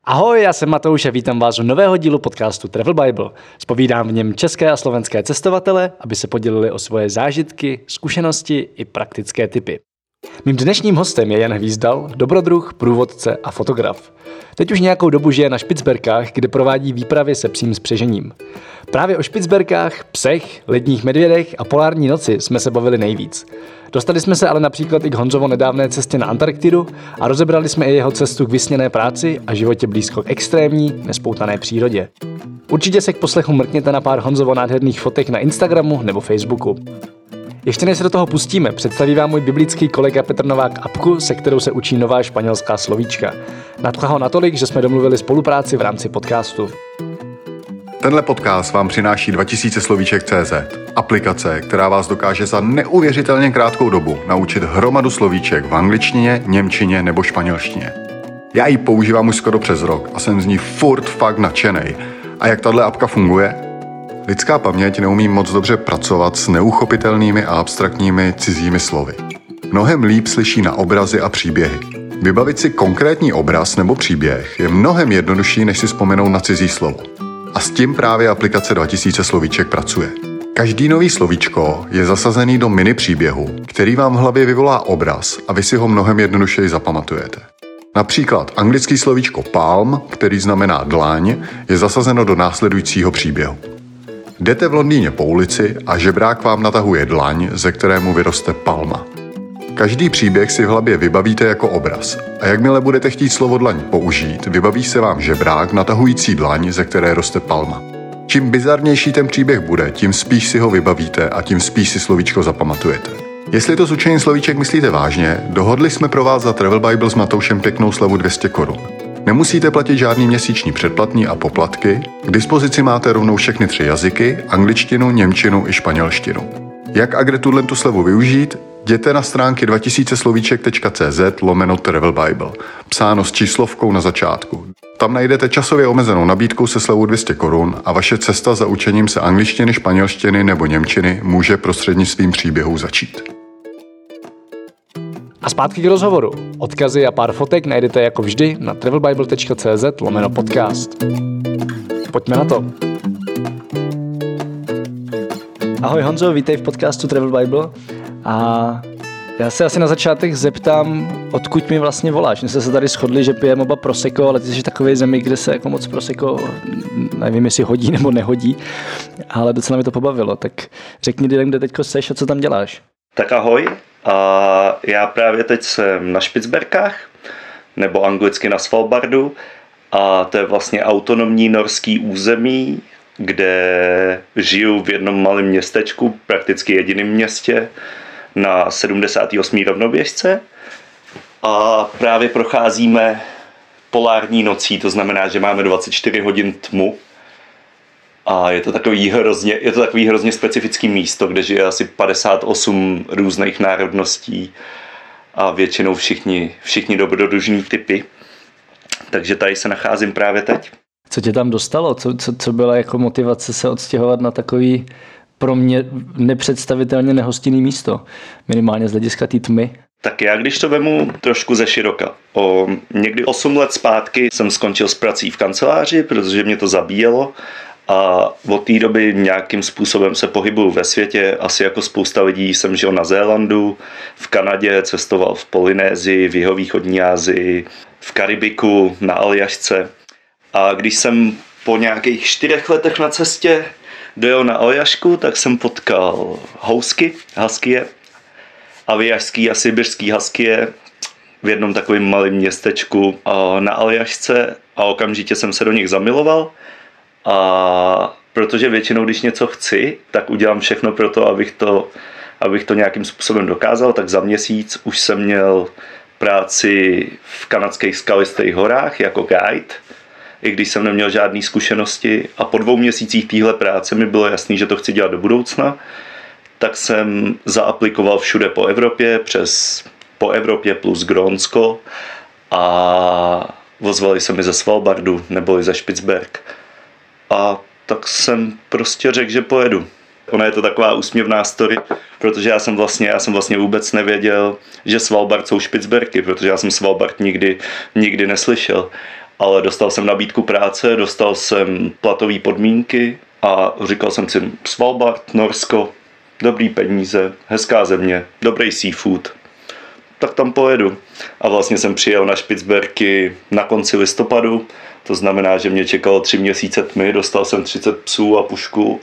Ahoj, já jsem Matouš a vítám vás u nového dílu podcastu Travel Bible. Zpovídám v něm české a slovenské cestovatele, aby se podělili o svoje zážitky, zkušenosti i praktické tipy. Mým dnešním hostem je Jan Hvízdal, dobrodruh, průvodce a fotograf. Teď už nějakou dobu žije na Špicberkách, kde provádí výpravy se psím spřežením. Právě o Špicberkách, psech, ledních medvědech a polární noci jsme se bavili nejvíc. Dostali jsme se ale například i k Honzovo nedávné cestě na Antarktidu a rozebrali jsme i jeho cestu k vysněné práci a životě blízko k extrémní, nespoutané přírodě. Určitě se k poslechu mrkněte na pár Honzovo nádherných fotek na Instagramu nebo Facebooku. Ještě než se do toho pustíme, představí vám můj biblický kolega Petr Novák apku, se kterou se učí nová španělská slovíčka. Nadchla ho natolik, že jsme domluvili spolupráci v rámci podcastu. Tenhle podcast vám přináší 2000 slovíček.cz, aplikace, která vás dokáže za neuvěřitelně krátkou dobu naučit hromadu slovíček v angličtině, němčině nebo španělštině. Já ji používám už skoro přes rok a jsem z ní furt fakt nadšenej. A jak tahle apka funguje? Lidská paměť neumí moc dobře pracovat s neuchopitelnými a abstraktními cizími slovy. Mnohem líp slyší na obrazy a příběhy. Vybavit si konkrétní obraz nebo příběh je mnohem jednodušší, než si vzpomenout na cizí slovo. A s tím právě aplikace 2000 slovíček pracuje. Každý nový slovíčko je zasazený do mini příběhu, který vám v hlavě vyvolá obraz a vy si ho mnohem jednodušeji zapamatujete. Například anglický slovíčko palm, který znamená dlaň, je zasazeno do následujícího příběhu. Jdete v Londýně po ulici a žebrák vám natahuje dlaň, ze kterému vyroste palma. Každý příběh si v hlavě vybavíte jako obraz a jakmile budete chtít slovo dlaň použít, vybaví se vám žebrák natahující dlaň, ze které roste palma. Čím bizarnější ten příběh bude, tím spíš si ho vybavíte a tím spíš si slovíčko zapamatujete. Jestli to s učením slovíček myslíte vážně, dohodli jsme pro vás za Travel Bible s Matoušem pěknou slevu 200 Kč. Nemusíte platit žádný měsíční předplatný a poplatky, k dispozici máte rovnou všechny 3 jazyky, angličtinu, němčinu i španělštinu. Jak a kde tu slevu využít? Jděte na stránky 2000slovíček.cz/Travel Bible, psáno s číslovkou na začátku. Tam najdete časově omezenou nabídku se slevou 200 Kč a vaše cesta za učením se angličtiny, španělštiny nebo němčiny může prostřednictvím příběhů začít. A zpátky k rozhovoru. Odkazy a pár fotek najdete jako vždy na travelbible.cz/podcast. Pojďme na to. Ahoj Honzo, vítej v podcastu Travel Bible. A já se asi na začátek zeptám, odkud mi vlastně voláš. My jsme se tady shodli, že pijeme oba prosecco, ale ty jsi takový zemi, kde se jako moc prosecco, nevím, jestli hodí nebo nehodí, ale docela mi to pobavilo. Tak řekni lidem, kde teďko seš a co tam děláš. Tak ahoj, a já právě teď jsem na Špicberkách, nebo anglicky na Svalbardu, a to je vlastně autonomní norský území, kde žiju v jednom malém městečku, prakticky jediném městě, na 78. rovnoběžce a právě procházíme polární nocí, to znamená, že máme 24 hodin tmu a je to takový hrozně specifický místo, kde žije asi 58 různých národností a většinou všichni dobrodružní typy. Takže tady se nacházím právě teď. Co tě tam dostalo? Co byla jako motivace se odstěhovat na takový pro mě nepředstavitelně nehostinný místo? Minimálně z hlediska té tmy. Tak já když to vemu trošku ze široka. Někdy 8 let zpátky jsem skončil s prací v kanceláři, protože mě to zabíjelo. A od té doby nějakým způsobem se pohybuju ve světě. Asi jako spousta lidí jsem žil na Zélandu, v Kanadě, cestoval v Polynésii, v jihovýchodní Asii, v Karibiku, na Aljašce. A když jsem po nějakých 4 letech na cestě dojel na Aljašku, tak jsem potkal huskie, aljašský a sibirský huskie v jednom takovém malém městečku na Aljašce a okamžitě jsem se do nich zamiloval. A protože většinou, když něco chci, tak udělám všechno pro to, abych to nějakým způsobem dokázal, tak za měsíc už jsem měl práci v kanadských skalistých horách jako guide, i když jsem neměl žádné zkušenosti a po 2 měsících téhle práce mi bylo jasný, že to chci dělat do budoucna, tak jsem zaaplikoval všude po Evropě plus Grónsko a ozvali se mi ze Svalbardu neboli ze Špicberk. A tak jsem prostě řekl, že pojedu. Ona je to taková úsměvná story, protože já jsem vlastně vůbec nevěděl, že Svalbard jsou Špicberky, protože já jsem Svalbard nikdy neslyšel. ale dostal jsem nabídku práce, dostal jsem platové podmínky a říkal jsem si Svalbard, Norsko, dobrý peníze, hezká země, dobrý seafood, tak tam pojedu. A vlastně jsem přijel na Špicberky na konci listopadu, to znamená, že mě čekalo 3 měsíce tmy, dostal jsem 30 psů a pušku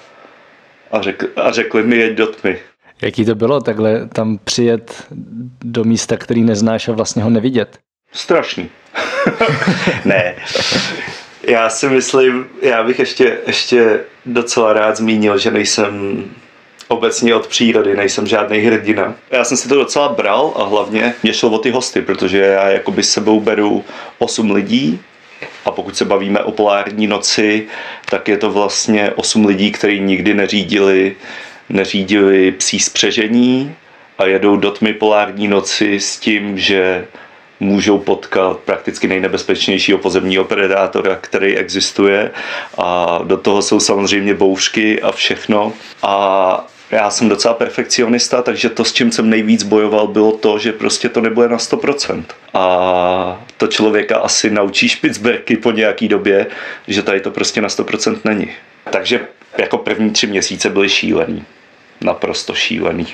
a řekli mi jeď do tmy. Jaký to bylo takhle tam přijet do místa, který neznáš a vlastně ho nevidět? Strašný. Ne. Já si myslím, já bych ještě docela rád zmínil, že nejsem obecně od přírody, nejsem žádný hrdina. Já jsem si to docela bral a hlavně mě šlo o ty hosty, protože já jakoby s sebou beru 8 lidí a pokud se bavíme o polární noci, tak je to vlastně 8 lidí, kteří nikdy neřídili psí spřežení a jedou do tmy polární noci s tím, že můžou potkat prakticky nejnebezpečnějšího pozemního predátora, který existuje a do toho jsou samozřejmě bouřky a všechno a já jsem docela perfekcionista, takže to, s čím jsem nejvíc bojoval, bylo to, že prostě to nebude na 100%. A to člověka asi naučí Špicberky po nějaký době, že tady to prostě na 100% není. Takže jako první 3 měsíce byly šílený. Naprosto šílený.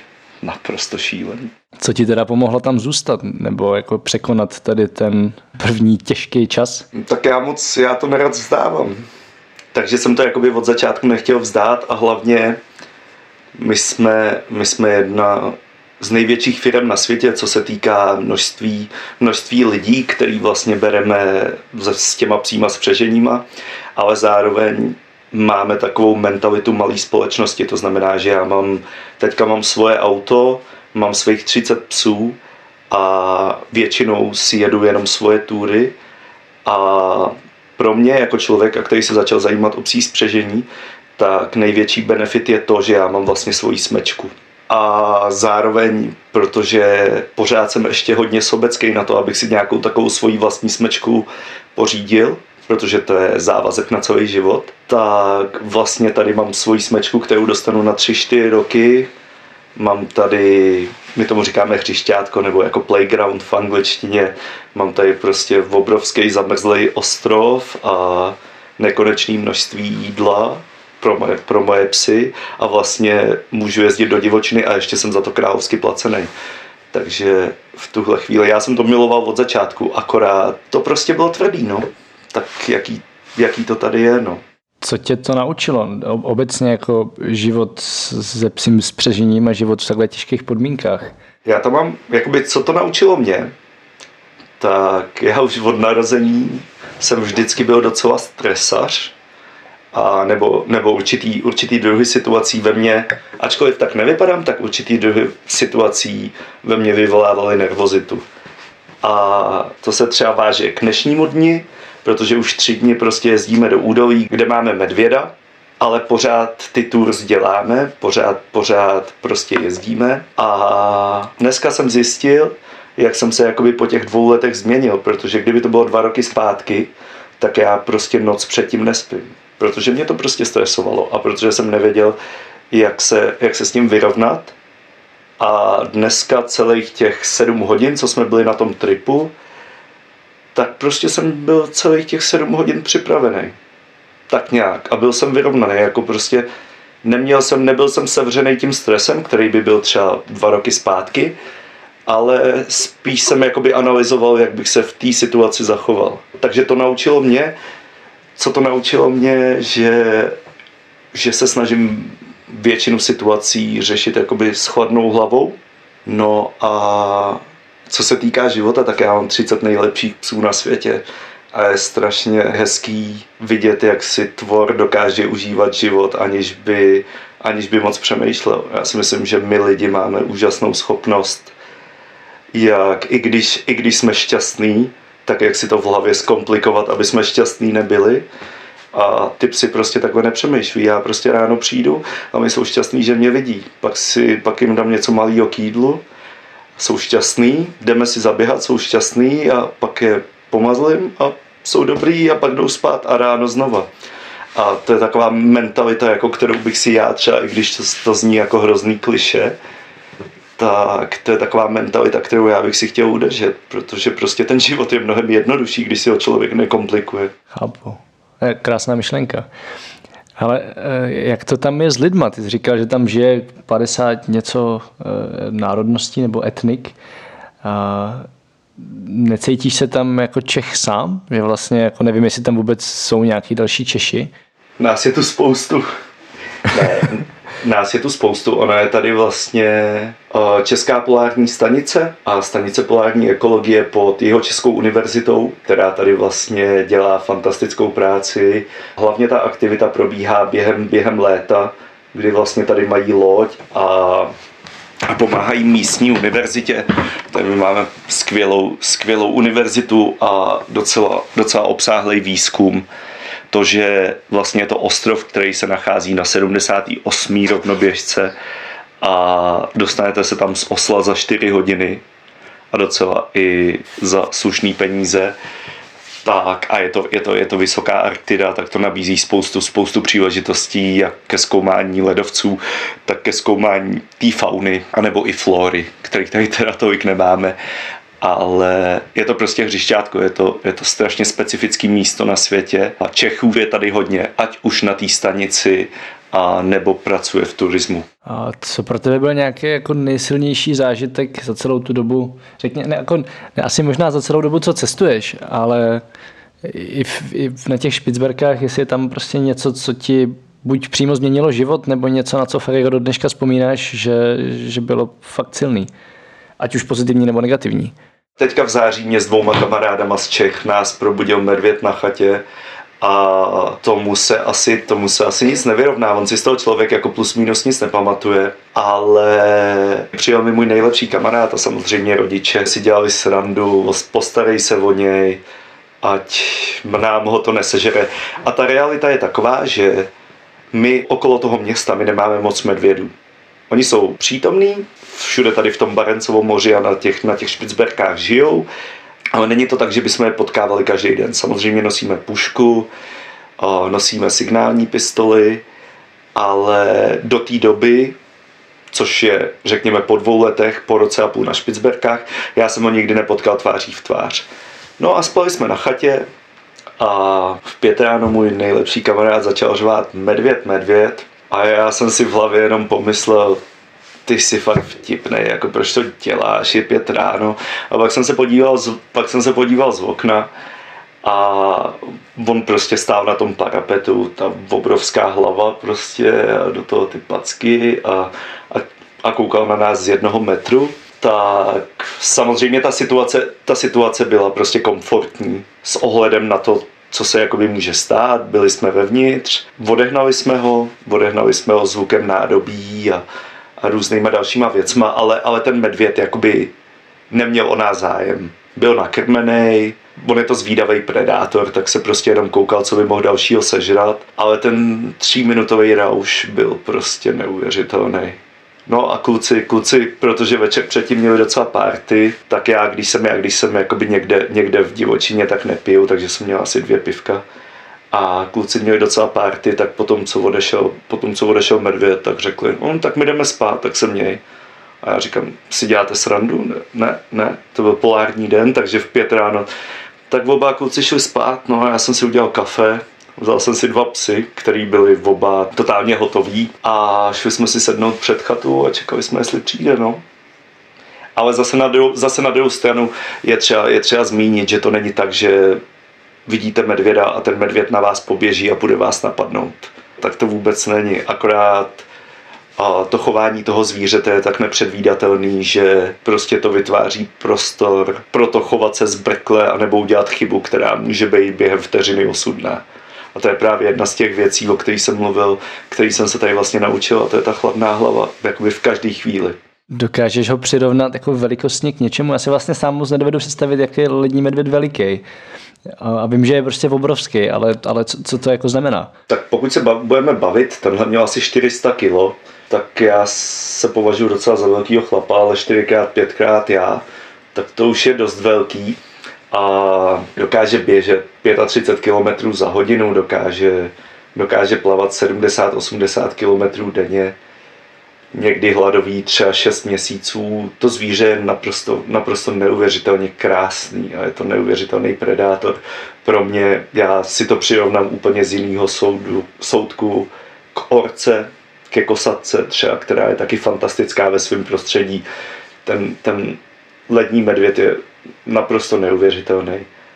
Co ti teda pomohlo tam zůstat, nebo jako překonat tady ten první těžký čas? Tak já to nerad vzdávám. Takže jsem to jakoby od začátku nechtěl vzdát a hlavně my jsme jedna z největších firm na světě, co se týká množství lidí, který vlastně bereme s těma psíma spřeženíma, ale zároveň máme takovou mentalitu malé společnosti, to znamená, že teďka mám svoje auto, mám svých 30 psů a většinou si jedu jenom svoje túry a pro mě jako člověka, který se začal zajímat o psí spřežení, tak největší benefit je to, že já mám vlastně svoji smečku. A zároveň, protože pořád jsem ještě hodně sobecký na to, abych si nějakou takovou svoji vlastní smečku pořídil, protože to je závazek na celý život, tak vlastně tady mám svoji smečku, kterou dostanu na 3-4 roky. Mám tady, my tomu říkáme hřišťátko, nebo jako playground v angličtině. Mám tady prostě obrovský zamrzlý ostrov a nekonečné množství jídla pro moje psy a vlastně můžu jezdit do divočiny a ještě jsem za to královsky placený. Takže v tuhle chvíli já jsem to miloval od začátku, akorát to prostě bylo tvrdý, no. Tak jaký to tady je, no. Co tě to naučilo? Obecně jako život se psím spřežením a život v takhle těžkých podmínkách. Já tam mám, jakoby, co to naučilo mě, tak já už od narození jsem vždycky byl docela stresař, a nebo určitý druhy situací ve mně, ačkoliv tak nevypadám, tak určitý druhy situací ve mně vyvolávaly nervozitu. A to se třeba váže k dnešnímu dni, protože už 3 dny prostě jezdíme do údolí, kde máme medvěda, ale pořád ty tours děláme, pořád prostě jezdíme. A dneska jsem zjistil, jak jsem se jakoby po těch 2 letech změnil, protože kdyby to bylo 2 roky zpátky, tak já prostě noc předtím nespím. Protože mě to prostě stresovalo a protože jsem nevěděl, jak se s tím vyrovnat. A dneska celých těch 7 hodin, co jsme byli na tom tripu, tak prostě jsem byl celých těch 7 hodin připravený. Tak nějak. A byl jsem vyrovnaný, jako prostě nebyl jsem sevřený tím stresem, který by byl třeba 2 roky zpátky, ale spíš jsem jakoby analyzoval, jak bych se v té situaci zachoval. Takže to naučilo mě, že se snažím většinu situací řešit jakoby s chladnou hlavou. No a co se týká života, tak já mám 30 nejlepších psů na světě a je strašně hezký vidět, jak si tvor dokáže užívat život, aniž by moc přemýšlel. Já si myslím, že my lidi máme úžasnou schopnost, i když jsme šťastní, tak jak si to v hlavě zkomplikovat, aby jsme šťastní nebyli. A ty psi prostě takhle nepřemýšlí. Já prostě ráno přijdu a my jsou šťastní, že mě vidí. Pak jim dám něco malého k jídlu, jsou šťastní, jdeme si zaběhat, jsou šťastní a pak je pomazlím a jsou dobrý a pak jdou spát a ráno znova. A to je taková mentalita, jako kterou bych si já třeba, i když to zní jako hrozný klišé, tak to je taková mentalita, kterou já bych si chtěl udržet, protože prostě ten život je mnohem jednodušší, když si ho člověk nekomplikuje. Chápu. Krásná myšlenka. Ale jak to tam je s lidma? Ty jsi říkal, že tam žije 50 něco národností nebo etnik. Necítíš se tam jako Čech sám? Že vlastně jako nevím, jestli tam vůbec jsou nějaký další Češi? Nás je tu spoustu. Ne, nás je tu spoustu. Ona je tady vlastně Česká polární stanice a stanice polární ekologie pod Jihočeskou univerzitou, která tady vlastně dělá fantastickou práci. Hlavně ta aktivita probíhá během léta, kdy vlastně tady mají loď a pomáhají místní univerzitě. Tady my máme skvělou univerzitu a docela obsáhlý výzkum. To, že vlastně je to ostrov, který se nachází na 78. rovnoběžce a dostanete se tam z Osla za 4 hodiny a docela i za slušný peníze. Tak a je to vysoká Arktida, tak to nabízí spoustu příležitostí jak ke zkoumání ledovců, tak ke zkoumání té fauny, anebo i flory, který tady teda tolik nemáme. Ale je to prostě hřišťátko, je to strašně specifické místo na světě a Čechů je tady hodně, ať už na té stanici a nebo pracuje v turismu. A co pro tebe byl nějaký jako nejsilnější zážitek za celou tu dobu? Ne, asi možná za celou dobu, co cestuješ, ale i na těch Špicberkách, jestli je tam prostě něco, co ti buď přímo změnilo život, nebo něco, na co fakt jako do dneška vzpomínáš, že bylo fakt silný. Ať už pozitivní nebo negativní. Teďka v září mě s 2 kamarádama z Čech nás probudil medvěd na chatě a tomu se asi nic nevyrovná. On si z toho člověk jako plus minus nic nepamatuje, ale přijel mi můj nejlepší kamarád a samozřejmě rodiče si dělali srandu, postarej se o něj, ať nám ho to nesežere. A ta realita je taková, že my okolo toho města my nemáme moc medvědů. Oni jsou přítomní, všude tady v tom Barentsovém moři a na těch Špicberkách žijou, ale není to tak, že bychom je potkávali každý den. Samozřejmě nosíme pušku, nosíme signální pistoli, ale do té doby, což je, řekněme, po 2 letech, po roce a půl na Špicberkách, já jsem ho nikdy nepotkal tváří v tvář. No a spali jsme na chatě a v 5 ráno můj nejlepší kamarád začal řvát medvěd. A já jsem si v hlavě jenom pomyslel, ty jsi fakt vtipnej, jako proč to děláš, je 5 ráno. A pak jsem se podíval z okna a on prostě stál na tom parapetu, ta obrovská hlava prostě a do toho ty packy a koukal na nás z 1 metru. Tak samozřejmě ta situace byla prostě komfortní s ohledem na to, co se jakoby může stát. Byli jsme vevnitř, odehnali jsme ho zvukem nádobí a různýma dalšíma věcma, ale ten medvěd jakoby neměl o nás zájem. Byl nakrmenej, on je to zvídavý predátor, tak se prostě jenom koukal, co by mohl dalšího sežrat, ale ten 3minutový rauš byl prostě neuvěřitelný. No a kluci, protože večer předtím měli docela party, tak já, když jsem jakoby někde v divočině, tak nepiju, takže jsem měl asi 2 pivka. A kluci měli docela party, tak potom, co odešel medvěd, tak řekli, no tak my jdeme spát, tak se měj. A já říkám, si děláte srandu? Ne, to byl polární den, takže v 5 ráno. Tak oba kluci šli spát, no a já jsem si udělal kafe, vzal jsem si 2 psy, který byli oba totálně hotoví a šli jsme si sednout před chatu a čekali jsme, jestli přijde, no. Ale zase na druhou stranu je třeba zmínit, že to není tak, že vidíte medvěda a ten medvěd na vás poběží a bude vás napadnout. Tak to vůbec není, akorát to chování toho zvířete je tak nepředvídatelný, že prostě to vytváří prostor pro to chovat se zbrkle anebo udělat chybu, která může být během vteřiny osudná. A to je právě jedna z těch věcí, o kterých jsem mluvil, který jsem se tady vlastně naučil, a to je ta chladná hlava, jakoby v každé chvíli. Dokážeš ho přirovnat jako velikostně k něčemu? Já si vlastně sám moc nedovedu představit, jak je lední medvěd veliký. A vím, že je prostě obrovský, ale co to jako znamená? Tak pokud se budeme bavit, tenhle měl asi 400 kg, tak já se považuji docela za velkýho chlapa, ale 4x, 5x já, tak to už je dost velký. A dokáže běžet 35 km za hodinu, dokáže plavat 70-80 km denně. někdy hladový třeba 6 měsíců. To zvíře je naprosto neuvěřitelně krásný a je to neuvěřitelný predátor. Pro mě, já si to přirovnám úplně z jiného soudku k orce, ke kosatce třeba, která je taky fantastická ve svém prostředí. Ten lední medvěd je naprosto neuvěřitelný.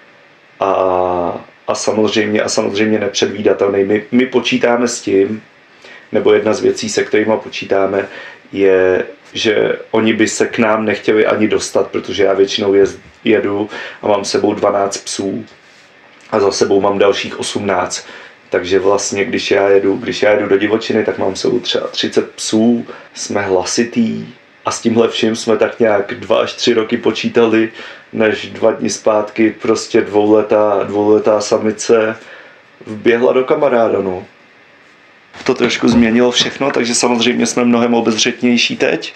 A samozřejmě nepředvídatelný. My počítáme s tím, nebo jedna z věcí, se kterými počítáme, je, že oni by se k nám nechtěli ani dostat, protože já většinou jedu a mám s sebou 12 psů a za sebou mám dalších 18. Takže vlastně, když já jedu do divočiny, tak mám s sebou třeba 30 psů, jsme hlasitý a s tímhle vším jsme tak nějak 2 až 3 roky počítali, než 2 dny zpátky prostě dvouletá samice vběhla do kamaráda, no. To trošku změnilo všechno, takže samozřejmě jsme mnohem obezřetnější teď,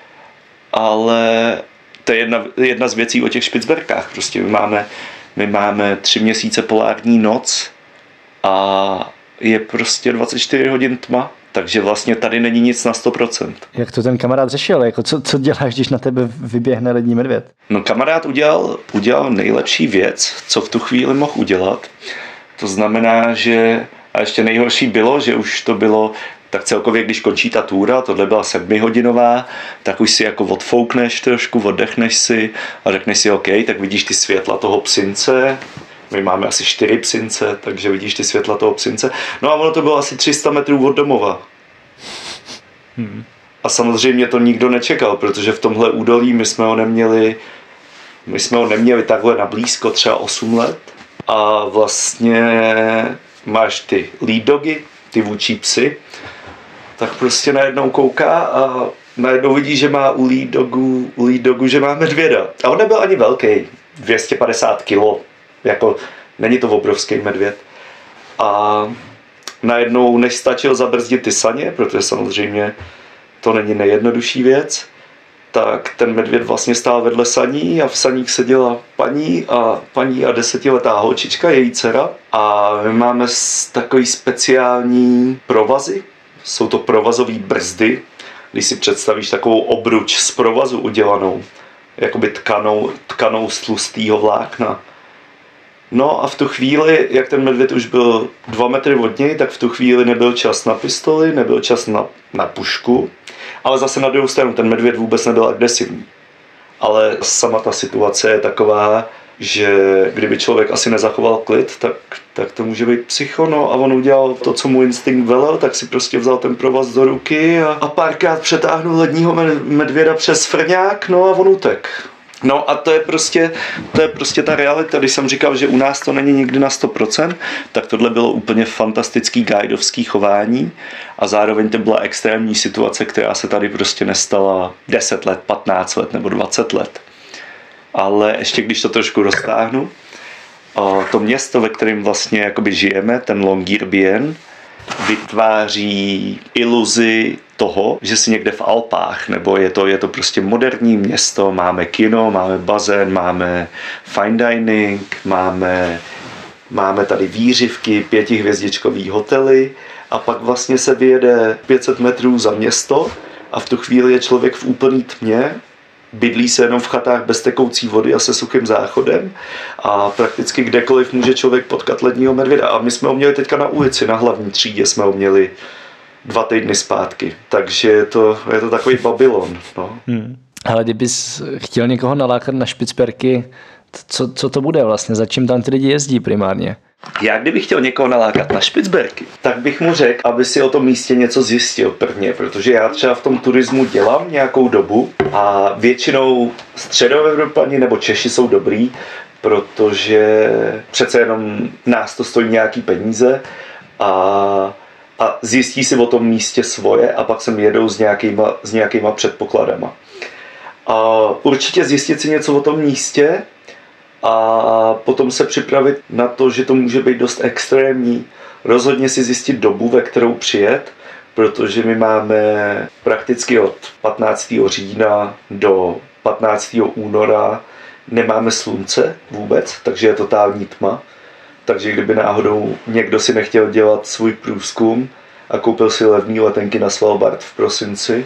ale to je jedna z věcí o těch Špicberkách. Prostě my máme 3 měsíce polární noc a je prostě 24 hodin tma, takže vlastně tady není nic na 100%. Jak to ten kamarád řešil? Jako co děláš, když na tebe vyběhne lední medvěd? No kamarád udělal nejlepší věc, co v tu chvíli mohl udělat. To znamená, že a ještě nejhorší bylo, že už to bylo tak celkově, když končí ta túra, tohle byla 7hodinová, tak už si jako odfoukneš trošku, oddechneš si a řekneš si OK, tak vidíš ty světla toho psince. My máme asi 4 psince, takže vidíš ty světla toho psince. No a ono to bylo asi 300 metrů od domova. A samozřejmě to nikdo nečekal, protože v tomhle údolí my jsme ho neměli takhle na blízko třeba 8 let. A vlastně máš ty lead dogy, ty vůdčí psy, tak prostě najednou kouká a najednou vidí, že má u lead dogu, že má medvěda. A on nebyl ani velký, 250 kg, jako není to obrovský medvěd. A najednou, než stačil zabrzdit ty saně, protože samozřejmě to není nejjednodušší věc, tak ten medvěd vlastně stál vedle saní a v saních seděla paní a 10letá holčička, její dcera. A my máme takový speciální provazy, jsou to provazové brzdy, když si představíš takovou obruč z provazu udělanou, jakoby tkanou z tlustého vlákna. No a v tu chvíli, jak ten medvěd už byl 2 metry od něj, tak v tu chvíli nebyl čas na pistoli, nebyl čas na pušku, ale zase na druhou stranu ten medvěd vůbec nebyl agresivní. Ale sama ta situace je taková, že kdyby člověk asi nezachoval klid, tak to může být psycho, no a on udělal to, co mu instinkt velel, tak si prostě vzal ten provaz do ruky a párkrát přetáhnul ledního medvěda přes frňák, no a on utek. No a to je prostě ta realita. Když jsem říkal, že u nás to není nikdy na 100%, tak tohle bylo úplně fantastický guidovský chování a zároveň to byla extrémní situace, která se tady prostě nestala 10 let, 15 let nebo 20 let. Ale ještě když to trošku roztáhnu, to město, ve kterém vlastně jakoby žijeme, ten Longyearbyen, vytváří iluzi toho, že si někde v Alpách, nebo je to prostě moderní město, máme kino, máme bazén, máme fine dining, máme tady výřivky, 5hvězdičkový hotely a pak vlastně se vyjede 500 metrů za město a v tu chvíli je člověk v úplný tmě, bydlí se jenom v chatách bez tekoucí vody a se suchým záchodem a prakticky kdekoliv může člověk potkat ledního medvěda. A my jsme ho měli teďka na ulici, na hlavní třídě jsme ho měli 2 týdny zpátky. Takže je to takový Babylon. No. Ale kdybys chtěl někoho nalákat na Špicberky, co to bude vlastně? Za čím tam ty lidi jezdí primárně? Já kdybych chtěl někoho nalákat na Špicberky, tak bych mu řekl, aby si o tom místě něco zjistil prvně, protože já třeba v tom turismu dělám nějakou dobu a většinou Středoevropani nebo Češi jsou dobrý, protože přece jenom nás to stojí nějaký peníze a zjistí si o tom místě svoje a pak sem jedou s nějakýma předpokladama. A určitě zjistit si něco o tom místě a potom se připravit na to, že to může být dost extrémní. Rozhodně si zjistit dobu, ve kterou přijet, protože my máme prakticky od 15. října do 15. února nemáme slunce vůbec, takže je totální tma. Takže kdyby náhodou někdo si nechtěl dělat svůj průzkum a koupil si levné letenky na Svalbard v prosinci,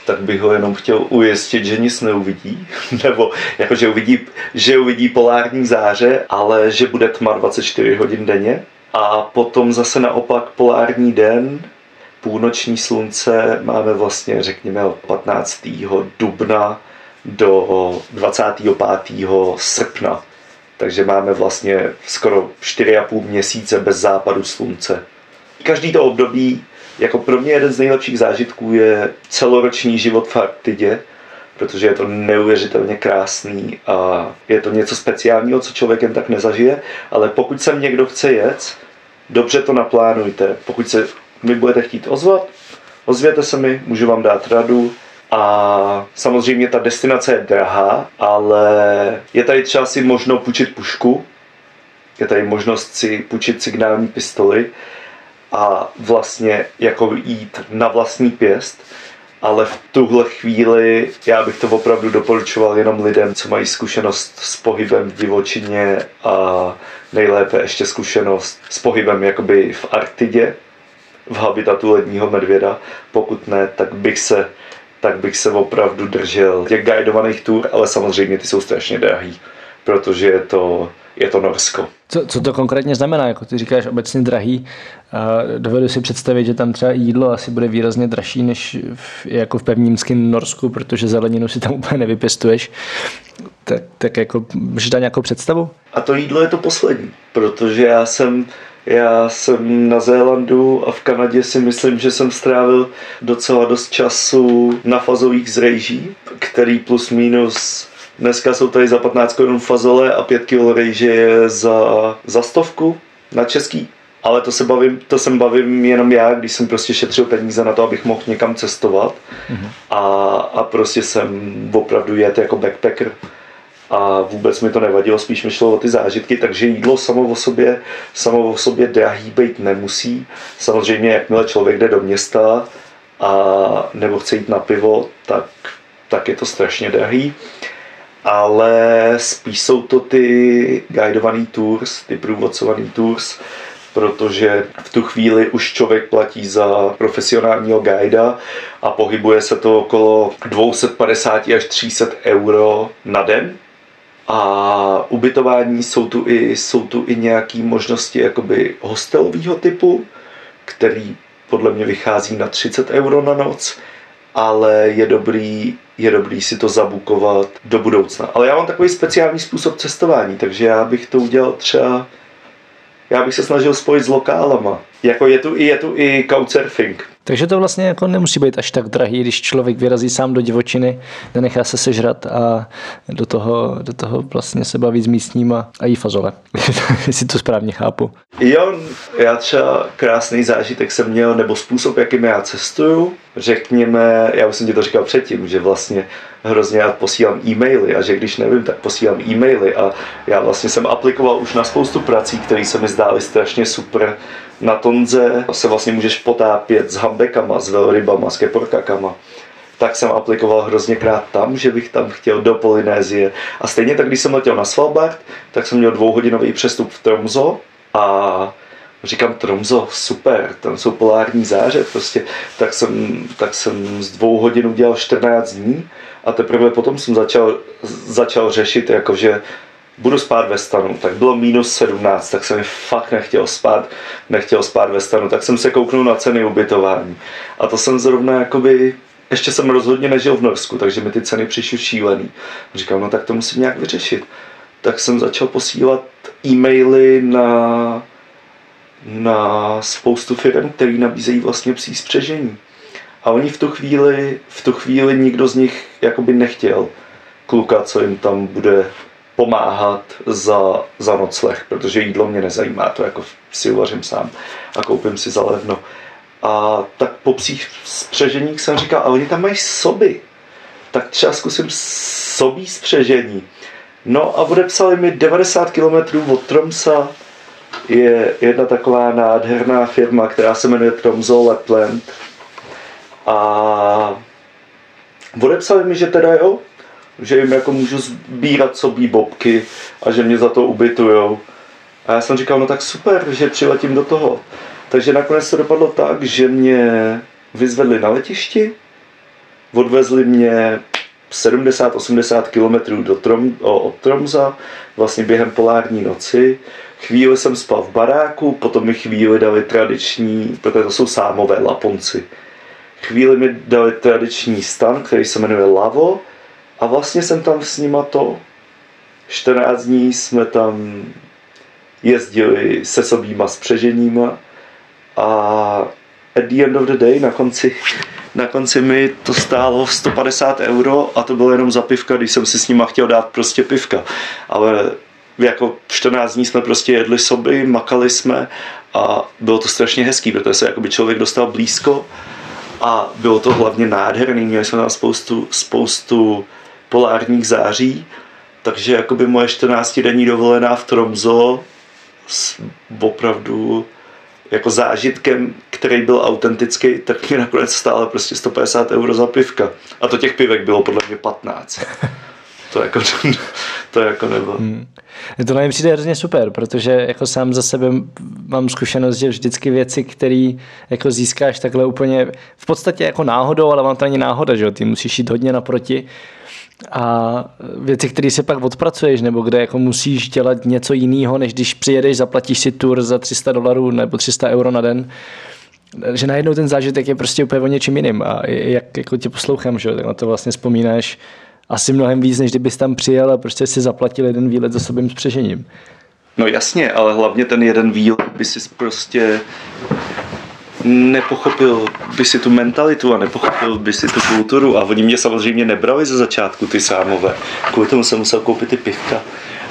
tak bych ho jenom chtěl ujistit, že nic neuvidí, nebo jako, že uvidí polární záře, ale že bude tma 24 hodin denně. A potom zase naopak polární den, půlnoční slunce máme vlastně, řekněme, od 15. dubna do 25. srpna. Takže máme vlastně skoro 4,5 měsíce bez západu slunce. Každý to období, jako pro mě jeden z nejlepších zážitků je celoroční život v Arktidě, protože je to neuvěřitelně krásný a je to něco speciálního, co člověk jen tak nezažije, ale pokud sem někdo chce jet, dobře to naplánujte. Pokud se mi budete chtít ozvat, ozvěte se mi, můžu vám dát radu. A samozřejmě ta destinace je drahá, ale je tady třeba si možno půjčit pušku, je tady možnost si půjčit signální pistoli a vlastně jako jít na vlastní pěst, ale v tuhle chvíli já bych to opravdu doporučoval jenom lidem, co mají zkušenost s pohybem v divočině a nejlépe ještě zkušenost s pohybem jakoby v Arktidě, v habitatu ledního medvěda. Pokud ne, tak bych se opravdu držel těch guidovaných tur, ale samozřejmě ty jsou strašně drahý, protože je to Norsko. Co to konkrétně znamená? Jako ty říkáš obecně drahý. Dovedu si představit, že tam třeba jídlo asi bude výrazně dražší než jako v pevnímském Norsku, protože zeleninu si tam úplně nevypěstuješ. Tak jako můžeš dát nějakou představu? A to jídlo je to poslední, protože já jsem na Zélandu a v Kanadě si myslím, že jsem strávil docela dost času na fazolích z rejží, který plus minus dneska jsou tady za 15 korun fazole a 5 kg rejže je za 100 na český. Ale to se bavím jenom já, když jsem prostě šetřil peníze na to, abych mohl někam cestovat. A prostě jsem opravdu jet jako backpacker. A vůbec mi to nevadilo, spíš mi šlo o ty zážitky, takže jídlo samo o sobě drahý být nemusí. Samozřejmě, jakmile člověk jde do města a nebo chce jít na pivo, tak je to strašně drahý. Ale spíš jsou to ty guidovaný tours, ty průvodcovaný tours, protože v tu chvíli už člověk platí za profesionálního guida a pohybuje se to okolo 250 až 300 euro na den. A ubytování jsou tu i nějaké možnosti jakoby hostelového typu, který podle mě vychází na 30 euro na noc, ale je dobrý si to zabukovat do budoucna. Ale já mám takový speciální způsob cestování, takže já bych to udělal třeba, já bych se snažil spojit s lokálama. Jako je tu i couchsurfing. Takže to vlastně jako nemusí být až tak drahý, když člověk vyrazí sám do divočiny, nenechá se sežrat a do toho vlastně se baví s místníma a jí fazole. Jestli to správně chápu. Jo, já třeba krásný zážitek jsem měl, nebo způsob, jakým já cestuju. Řekněme, já už jsem ti to říkal předtím, že vlastně hrozně rád posílám e-maily a že když nevím, tak posílám e-maily a já vlastně jsem aplikoval už na spoustu prací, které se mi zdály strašně super. Na Tonze se vlastně můžeš potápět s hambekama, s velrybama, s keporkakama. Tak jsem aplikoval hrozněkrát tam, že bych tam chtěl do Polynézie. A stejně tak, když jsem letěl na Svalbard, tak jsem měl 2hodinový přestup v Tromso a říkám Tromso, super, tam jsou polární záře prostě. Tak jsem z 2 hodin udělal 14 dní a teprve potom jsem začal řešit, jakože budu spát ve stanu, tak bylo -17, tak jsem mi fakt nechtěl spát ve stanu, tak jsem se kouknul na ceny ubytování. A to jsem zrovna jakoby, ještě jsem rozhodně nežil v Norsku, takže mi ty ceny přišly šílený. Říkám, no tak to musím nějak vyřešit. Tak jsem začal posílat e-maily na spoustu firm, který nabízejí vlastně psí spřežení. A oni v tu chvíli nikdo z nich jakoby nechtěl kluka, co jim tam bude pomáhat za nocleh, protože jídlo mě nezajímá, to jako si uvařím sám a koupím si za levno. A tak po psích spřeženích jsem říkal, a oni tam mají soby, tak třeba zkusím sobí spřežení. No a odepsali mi 90 km od Tromsa, je jedna taková nádherná firma, která se jmenuje Tromso Lapland. A odepsali mi, že teda jo, že jim jako můžu sbírat sobí bobky a že mě za to ubytujou. A já jsem říkal, no tak super, že přiletím do toho. Takže nakonec to dopadlo tak, že mě vyzvedli na letišti, odvezli mě 70-80 kilometrů od Tromsa, vlastně během polární noci. Chvíli jsem spal v baráku, potom mi chvíli dali tradiční, protože to jsou sámové Laponci. Chvíli mi dali tradiční stan, který se jmenuje Lavo, a vlastně jsem tam s nima 14 dní jsme tam jezdili se sobýma spřeženíma a at the end of the day, na konci mi to stálo 150 € a to bylo jenom za pivka, když jsem si s nima chtěl dát prostě pivka. Ale jako 14 dní jsme prostě jedli soby, makali jsme a bylo to strašně hezký, protože se jakoby člověk dostal blízko a bylo to hlavně nádherný, měli jsme tam spoustu polárních září, takže jakoby moje 14denní dovolená v Tromso s opravdu jako zážitkem, který byl autentický, tak mi nakonec stále prostě 150 € za pivka. A to těch pivek bylo podle mě 15. To jako nebylo. To mi přijde hrozně super, protože jako sám za sebe mám zkušenost, že vždycky věci, které jako získáš takhle úplně v podstatě jako náhodou, ale vám to není náhoda, že jo? Ty musíš jít hodně naproti. A věci, které se pak odpracuješ, nebo kde jako musíš dělat něco jiného, než když přijedeš, zaplatíš si tur za $300 nebo 300 € na den, že najednou ten zážitek je prostě úplně o něčím jiným. A jak jako tě poslouchám, že? Tak na to vlastně vzpomínáš asi mnohem víc, než kdybys tam přijel a prostě si zaplatil jeden výlet za sobým spřežením. No jasně, ale hlavně ten jeden výlet by si prostě nepochopil by si tu mentalitu a nepochopil by si tu kulturu a oni mě samozřejmě nebrali ze začátku ty sámové. Kvůli tomu jsem musel koupit ty pivka.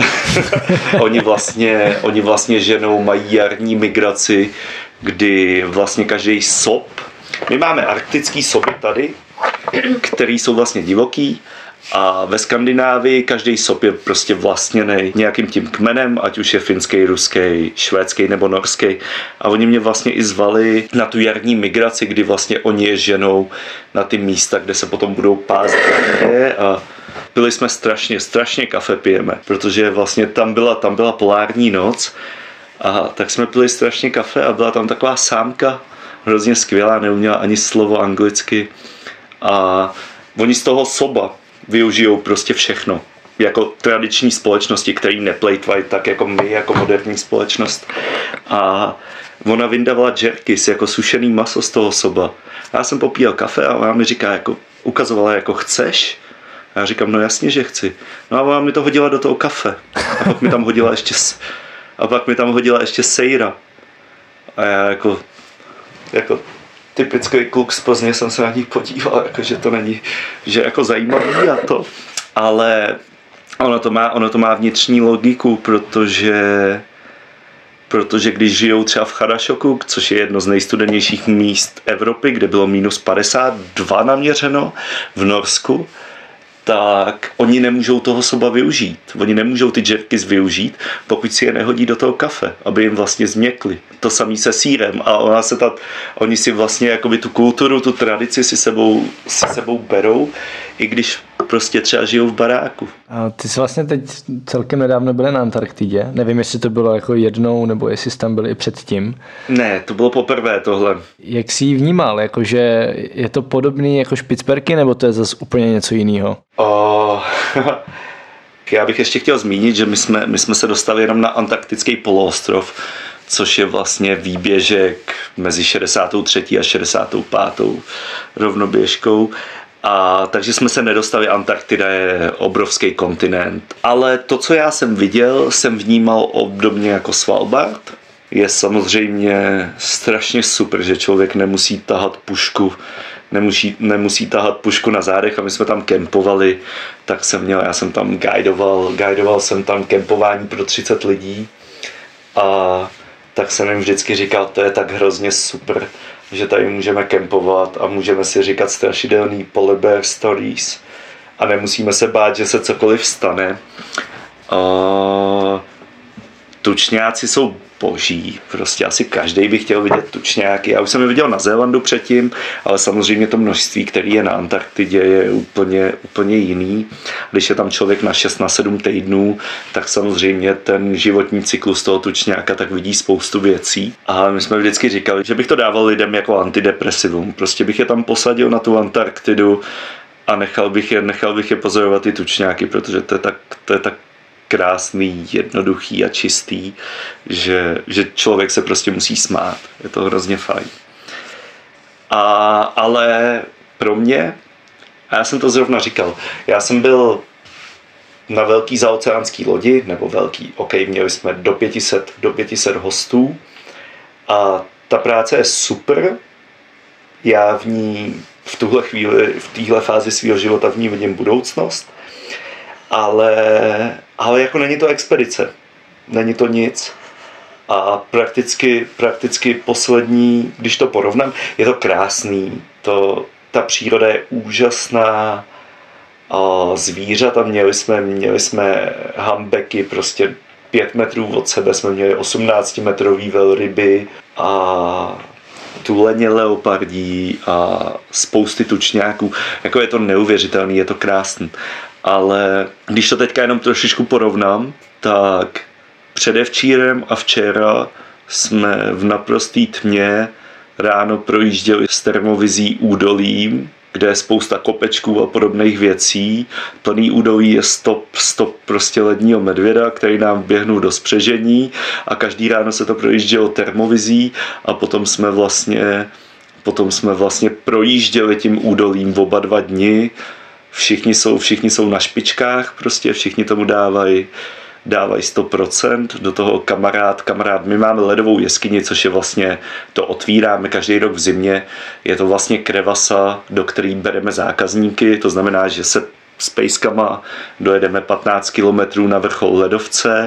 Oni vlastně ženou mají jarní migraci, kdy vlastně každý sob, my máme arktický soby tady, který jsou vlastně divoký, a ve Skandinávii každý sob je prostě vlastněný nějakým tím kmenem, ať už je finský, ruský, švédský nebo norský. A oni mě vlastně i zvali na tu jarní migraci, kdy vlastně oni je ženou na ty místa, kde se potom budou pást a pili jsme strašně kafe pijeme, protože vlastně tam byla polární noc a tak jsme pili strašně kafe a byla tam taková sámka, hrozně skvělá, neuměla ani slovo anglicky a oni z toho soba využijou prostě všechno. Jako tradiční společnosti, který neplejtvají tak jako my, jako moderní společnost. A ona vyndavala jerkys, jako sušený maso z toho soba. A já jsem popíjel kafe a ona mi říká, jako, ukazovala, jako chceš? A já říkám, no jasně, že chci. No a ona mi to hodila do toho kafe. A pak mi tam hodila ještě sejra. A já jako typický kluk z Plzně jsem se na ní podíval, jako, že to není, že jako zajímavý a to, ale ono to má vnitřní logiku, protože když žijou třeba v Chadašoku, což je jedno z nejstudenějších míst Evropy, kde bylo -52 naměřeno v Norsku, tak oni nemůžou toho soba využít. Oni nemůžou ty jerkys využít, pokud si je nehodí do toho kafe, aby jim vlastně změkli. To samý se sýrem a oni si vlastně jakoby tu kulturu, tu tradici si sebou berou, i když prostě třeba žijou v baráku. A ty jsi vlastně teď celkem nedávno byl na Antarktidě. Nevím, jestli to bylo jako jednou, nebo jestli jsi tam byl i předtím. Ne, to bylo poprvé tohle. Jak jsi ji vnímal? Jakože je to podobný jako Špicberky, nebo to je zase úplně něco jiného? Já bych ještě chtěl zmínit, že my jsme se dostali jenom na antarktický poloostrov, což je vlastně výběžek mezi 63. a 65. rovnoběžkou. A takže jsme se nedostali, Antarktida je obrovský kontinent. Ale to, co já jsem viděl, jsem vnímal obdobně jako Svalbard. Je samozřejmě strašně super, že člověk nemusí tahat pušku na zádech a my jsme tam kempovali, tak já jsem tam guidoval jsem tam kempování pro 30 lidí a tak jsem jim vždycky říkal, to je tak hrozně super, že tady můžeme kempovat a můžeme si říkat strašidelný polar bear stories a nemusíme se bát, že se cokoliv stane. Tučňáci jsou boží. Prostě asi každý by chtěl vidět tučňáky. Já už jsem je viděl na Zélandu předtím, ale samozřejmě to množství, který je na Antarktidě, je úplně jiný. Když je tam člověk na 6 na 7 týdnů, tak samozřejmě ten životní cyklus toho tučňáka tak vidí spoustu věcí. A my jsme vždycky říkali, že bych to dával lidem jako antidepresivum. Prostě bych je tam posadil na tu Antarktidu a nechal bych je pozorovat ty tučňáky, protože to je tak krásný, jednoduchý a čistý, že člověk se prostě musí smát. Je to hrozně fajn. Ale pro mě, a já jsem to zrovna říkal, já jsem byl na velký zaoceánský lodi, nebo velký, měli jsme do 500 hostů a ta práce je super. Já v ní v tuhle chvíli, v téhle fázi svého života v ní vidím budoucnost, ale jako není to expedice, není to nic a prakticky poslední, když to porovnám, je to krásný, ta příroda je úžasná, a zvířata měli jsme humbeky, prostě 5 metrů od sebe jsme měli 18-metrový velryby a tuleně leopardí a spousty tučňáků. Jako je to neuvěřitelný, je to krásný. Ale když to teďka jenom trošičku porovnám, tak předevčírem a včera jsme v naprostý tmě ráno projížděli s termovizí údolím, kde je spousta kopečků a podobných věcí. Plný údolí je stop prostě ledního medvěda, který nám běhnul do spřežení a každý ráno se to projíždělo termovizí a potom jsme vlastně projížděli tím údolím oba 2 dny. Všichni jsou na špičkách, prostě všichni tomu dávají 100%, do toho kamarád, my máme ledovou jeskyni, což je vlastně, to otvíráme každý rok v zimě, je to vlastně krevasa, do který bereme zákazníky, to znamená, že se s pejskama dojedeme 15 km na vrchol ledovce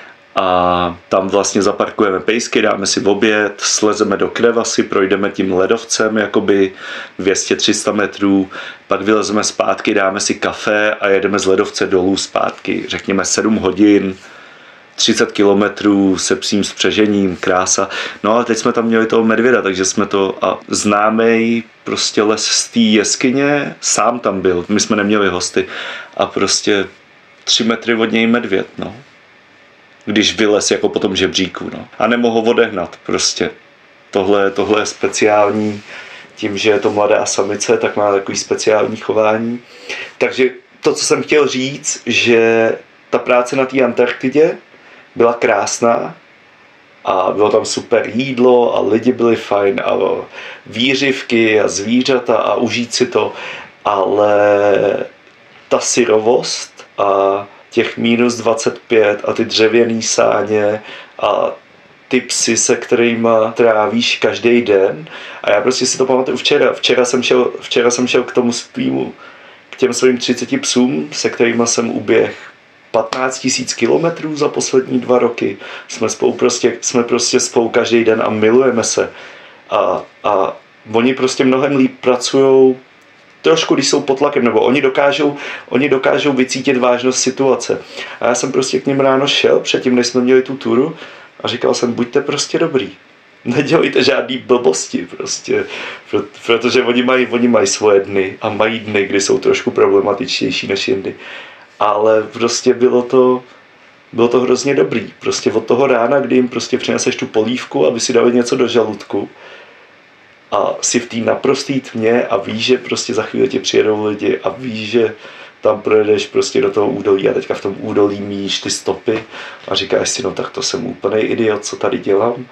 a tam vlastně zaparkujeme pejsky, dáme si oběd, slezeme do krevasy, projdeme tím ledovcem jakoby 200-300 metrů, pak vylezeme zpátky, dáme si kafe a jedeme z ledovce dolů zpátky, řekněme 7 hodin, 30 kilometrů se psím spřežením, krása. No ale teď jsme tam měli toho medvěda, takže jsme to a známej prostě les z té jeskyně, sám tam byl, my jsme neměli hosty a prostě 3 metry od něj medvěd, no. Když vylez jako po tom žebříku, no. A nemohl ho odehnat, prostě. Tohle je speciální, tím, že je to mladá samice, tak má takový speciální chování. Takže to, co jsem chtěl říct, že ta práce na té Antarktidě byla krásná a bylo tam super jídlo a lidi byli fajn a výřivky a zvířata a užít si to, ale ta syrovost a těch minus 25 a ty dřevěný sáně a ty psy, se kterými trávíš každý den. A já prostě si to pamatuju včera jsem šel k těm svým 30 psům, se kterými jsem uběhl 15 000 kilometrů za poslední 2 roky. Jsme prostě spolu každý den a milujeme se. A oni prostě mnohem líp pracujou trošku, když jsou pod tlakem, nebo oni dokážou vycítit vážnost situace. A já jsem prostě k nim ráno šel, předtím, než jsme měli tu turu, a říkal jsem, buďte prostě dobrý. Nedělejte žádný blbosti prostě, protože oni mají svoje dny a mají dny, kdy jsou trošku problematičtější než jindy. Ale prostě bylo to hrozně dobrý. Prostě od toho rána, kdy jim prostě přineseš tu polívku, aby si dali něco do žaludku, a si v té naprosté tmě a víš, že prostě za chvíli ti přijedou lidi a víš, že tam projedeš prostě do toho údolí a teďka v tom údolí míjíš ty stopy a říkáš si, no tak to jsem úplnej idiot, co tady dělám.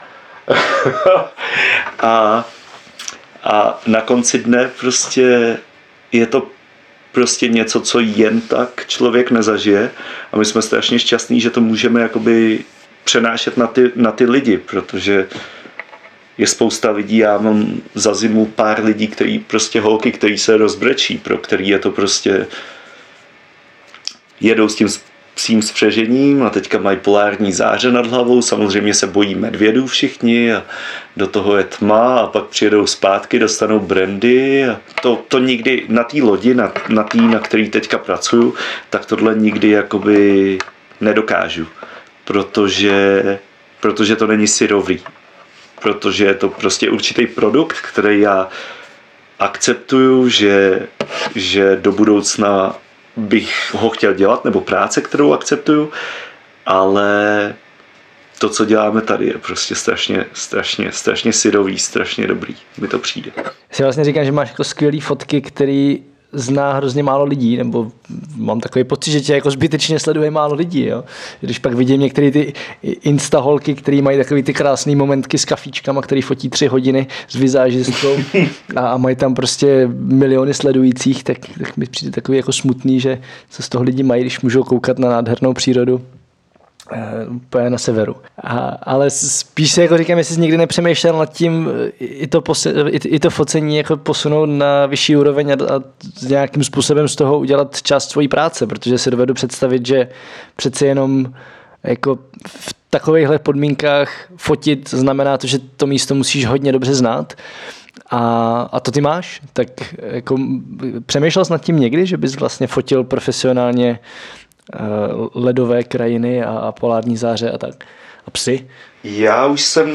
a na konci dne prostě je to prostě něco, co jen tak člověk nezažije a my jsme strašně šťastní, že to můžeme jakoby přenášet na ty lidi, protože je spousta lidí, já mám za zimu pár lidí, holky, který se rozbrečí, pro který je to prostě jedou s tím psím spřežením a teďka mají polární záře nad hlavou, samozřejmě se bojí medvědů všichni a do toho je tma a pak přijedou zpátky, dostanou brandy a to nikdy na té lodi, na který teďka pracuju, tak tohle nikdy jakoby nedokážu, protože protože to není syrový. Protože je to prostě určitý produkt, který já akceptuju, že do budoucna bych ho chtěl dělat, nebo práce, kterou akceptuju, ale to, co děláme tady, je prostě strašně syrový, strašně dobrý. Mi to přijde. Si vlastně říkám, že máš jako skvělý fotky, který zná hrozně málo lidí, nebo mám takový pocit, že tě jako zbytečně sleduje málo lidí. Jo? Když pak vidím některé ty instaholky, které mají takový ty krásné momentky s kafíčkama, který fotí 3 hodiny s vizážistkou a mají tam prostě miliony sledujících, tak mi přijde takový jako smutný, že co z toho lidi mají, když můžou koukat na nádhernou přírodu úplně na severu. Ale spíš se jako říkám, jestli jsi nikdy nepřemýšlel nad tím i to focení jako posunout na vyšší úroveň a nějakým způsobem z toho udělat část svojí práce, protože si dovedu představit, že přece jenom jako v takovýchhle podmínkách fotit znamená to, že to místo musíš hodně dobře znát. A to ty máš, tak jako přemýšlel jsi nad tím někdy, že bys vlastně fotil profesionálně ledové krajiny a polární záře a tak. A psy? Já už jsem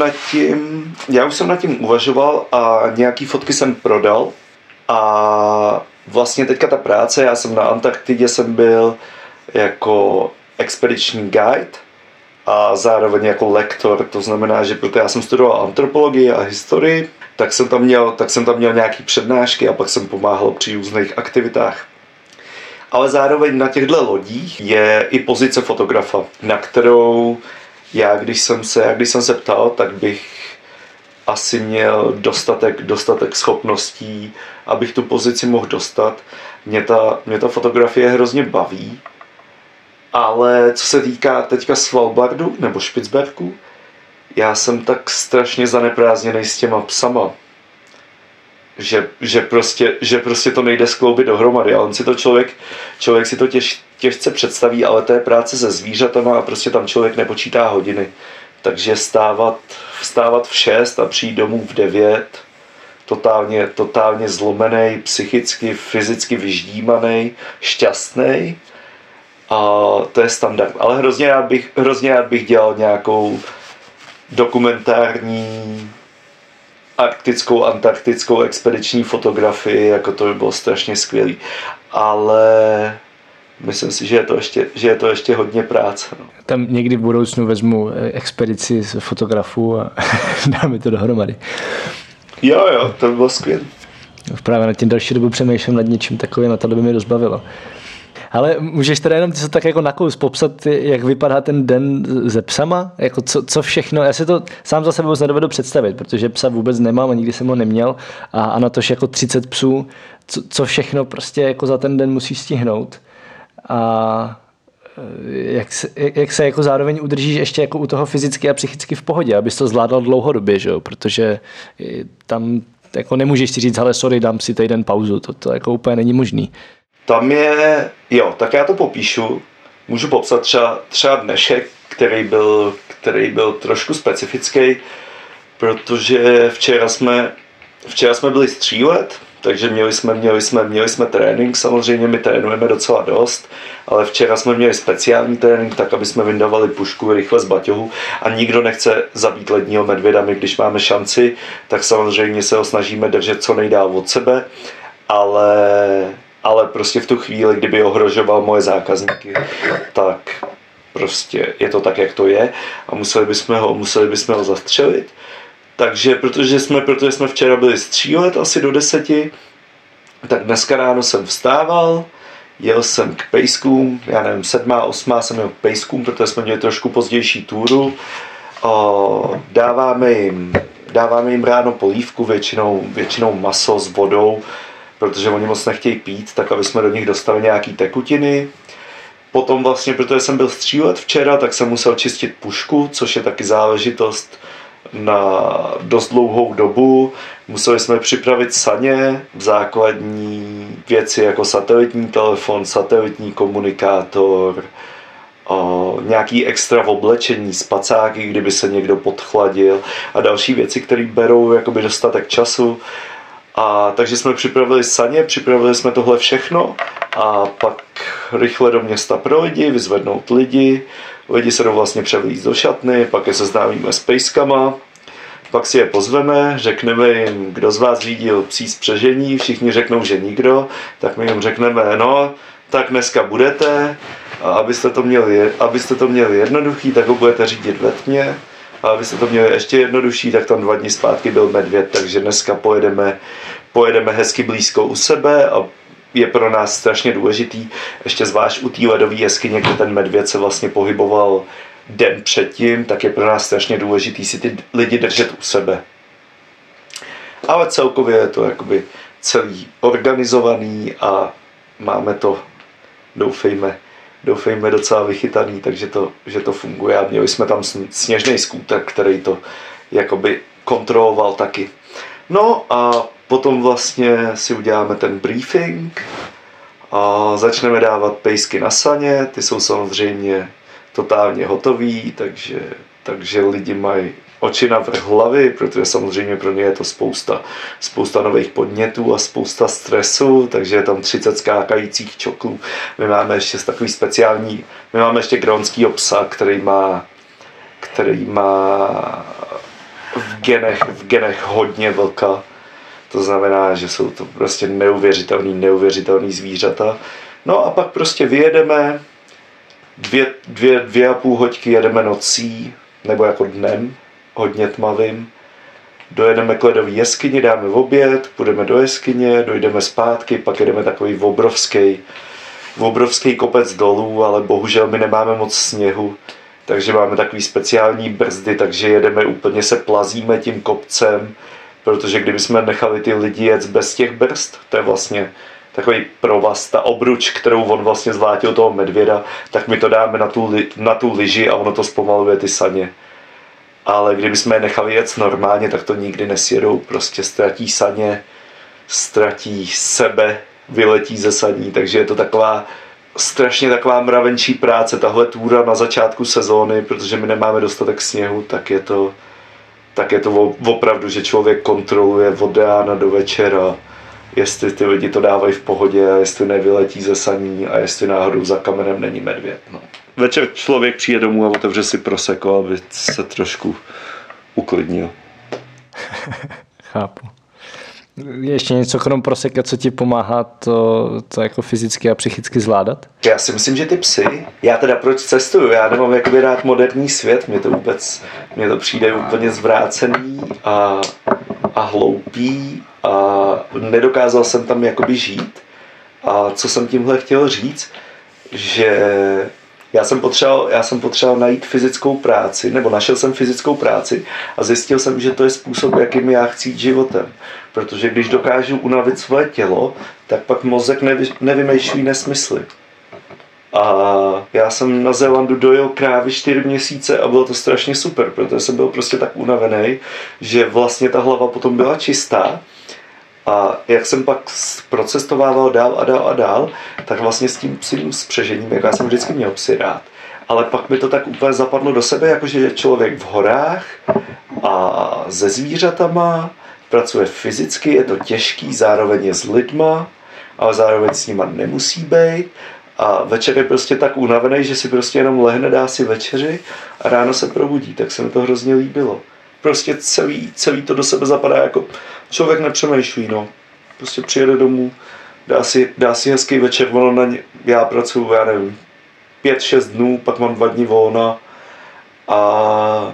nad tím uvažoval a nějaký fotky jsem prodal a vlastně teďka ta práce, já jsem na Antarktidě jsem byl jako expediční guide a zároveň jako lektor, to znamená, že protože já jsem studoval antropologii a historii, tak jsem tam měl nějaký přednášky a pak jsem pomáhal při různých aktivitách. Ale zároveň na těchto lodích je i pozice fotografa, na kterou když jsem se ptal, tak bych asi měl dostatek schopností, abych tu pozici mohl dostat. Mě ta fotografie hrozně baví, ale co se týká teďka Svalbardu nebo Špicberku, já jsem tak strašně zaneprázdněnej s těma psama, že prostě to nejde skloubit dohromady a on si to člověk si to těžce představí, ale to je práce se zvířatama a prostě tam člověk nepočítá hodiny. Takže vstávat v 6 a přijít domů v 9, totálně zlomený, psychicky, fyzicky vyždímaný, šťastný. A to je standard. Ale hrozně rád bych dělal nějakou dokumentární antarktickou expediční fotografii, jako to by bylo strašně skvělý. Ale myslím si, že je to ještě hodně práce. No. Tam někdy v budoucnu vezmu expedici z fotografů a dáme to dohromady. Jo, to by bylo skvělé. Právě na tím další dobu přemýšlím nad něčím takovým a to by mě rozbavilo. Ale můžeš teda jenom se tak jako nakous popsat, jak vypadá ten den se psama? Jako co všechno? Já si to sám za sebe vůbec nedovedu představit, protože psa vůbec nemám a nikdy jsem ho neměl a na tož jako 30 psů, co všechno prostě jako za ten den musíš stihnout. A jak se jako zároveň udržíš ještě jako u toho fyzicky a psychicky v pohodě, abys to zvládal dlouhodobě, že jo? Protože tam jako nemůžeš si říct, hele sorry, dám si týden pauzu, to jako úplně není možný. Tam je, tak já to popíšu, můžu popsat třeba dnešek, který byl trošku specifický, protože včera jsme byli střílet, takže měli jsme trénink, samozřejmě my trénujeme docela dost, ale včera jsme měli speciální trénink, tak aby jsme vyndavali pušku rychle z baťohu a nikdo nechce zabít ledního medvěda, my když máme šanci, tak samozřejmě se ho snažíme držet co nejdál od sebe, ale prostě v tu chvíli, kdyby ohrožoval moje zákazníky, tak prostě je to tak, jak to je a museli bychom ho zastřelit. Takže protože jsme včera byli střílet asi do 10, tak dneska ráno jsem vstával, jel jsem k pejskům, já nevím, 7, 8 jsem jel k pejskům, protože jsme měli trošku pozdější túru. Dáváme jim ráno polívku, většinou maso s vodou, protože oni moc nechtějí pít, tak aby jsme do nich dostali nějaký tekutiny. Potom vlastně, protože jsem byl střílet včera, tak jsem musel čistit pušku, což je taky záležitost na dost dlouhou dobu. Museli jsme připravit saně, základní věci jako satelitní telefon, satelitní komunikátor, nějaký extra oblečení, spacáky, kdyby se někdo podchladil a další věci, které berou jakoby dostatek času. A takže jsme připravili saně, připravili jsme tohle všechno a pak rychle do města pro lidi, vyzvednout lidi se jdou vlastně převlíct do šatny, pak je seznámíme s pejskama, pak si je pozveme, řekneme jim, kdo z vás řídil psí spřežení, všichni řeknou, že nikdo, tak my jim řekneme, no, tak dneska budete, a abyste to měli jednoduchý, tak ho budete řídit ve tmě, a abyste to měli ještě jednodušší, tak tam 2 dny zpátky byl medvěd, takže dneska pojedeme hezky blízko u sebe a je pro nás strašně důležitý, ještě zvlášť u té ledové jeskyně, kde ten medvěd se vlastně pohyboval den předtím, tak je pro nás strašně důležitý si ty lidi držet u sebe. Ale celkově je to jakoby celý organizovaný a máme to, doufejme docela vychytaný, takže že to funguje. A měli jsme tam sněžný skúter, který to jakoby kontroloval taky. No a potom vlastně si uděláme ten briefing a začneme dávat pejsky na saně, ty jsou samozřejmě totálně hotový, takže lidi mají oči navrch hlavy, protože samozřejmě pro ně je to spousta nových podnětů a spousta stresu, takže je tam 30 skákajících čoklů. My máme ještě takový speciální, my máme ještě grónskýho psa, který má v genech hodně vlka. To znamená, že jsou to prostě neuvěřitelný zvířata. No a pak prostě vyjedeme, 2,5 hoďky jedeme nocí, nebo jako dnem, hodně tmavým. Dojedeme k ledové jeskyni, dáme oběd, půjdeme do jeskyně, dojdeme zpátky, pak jedeme takový obrovský kopec dolů, ale bohužel my nemáme moc sněhu, takže máme takový speciální brzdy, takže jedeme úplně se plazíme tím kopcem, protože kdybychom nechali ty lidi jet bez těch brzd, to je vlastně takový provaz, ta obruč, kterou on vlastně zvlátil toho medvěda, tak my to dáme na tu lyži a ono to zpomaluje ty saně. Ale kdybychom je nechali jet normálně, tak to nikdy nesjedou, prostě ztratí saně, ztratí sebe, vyletí ze saní, takže je to strašně taková mravenčí práce, tahle túra na začátku sezóny, protože my nemáme dostatek sněhu, tak je to opravdu, že člověk kontroluje od rána do večera, jestli ty lidi to dávají v pohodě, jestli nevyletí ze saní a jestli náhodou za kamenem není medvěd. No. Večer člověk přijde domů a otevře si prosecco, aby se trošku uklidnil. Chápu. Ještě něco krom prosecca, co ti pomáhá to jako fyzicky a psychicky zvládat? Já si myslím, že ty psy, já teda proč cestuju, já nemám jakoby rád moderní svět, mně to přijde úplně zvrácený a hloupý a nedokázal jsem tam jakoby žít. A co jsem tímhle chtěl říct, že já jsem potřeboval najít fyzickou práci, nebo našel jsem fyzickou práci a zjistil jsem, že to je způsob, jakým já chci jít životem. Protože když dokážu unavit svoje tělo, tak pak mozek nevymýšlí nesmysly. A já jsem na Zélandu dojel krávy 4 měsíce a bylo to strašně super, protože jsem byl prostě tak unavený, že vlastně ta hlava potom byla čistá. A jak jsem pak procestovával dál a dál, tak vlastně s tím psím spřežením, jak já jsem vždycky měl psy rád. Ale pak mi to tak úplně zapadlo do sebe, jakože je člověk v horách a se zvířatama, pracuje fyzicky, je to těžký, zároveň je s lidma, ale zároveň s nima nemusí být. A večer je prostě tak unavený, že si prostě jenom lehne, dá si večeři a ráno se probudí, tak se mi to hrozně líbilo. Prostě celý to do sebe zapadá jako člověk nepřemýšlí, no. Prostě přijede domů, dá si hezký večer, já pracuju, já nevím, 5-6 dnů, pak mám 2 dny volna a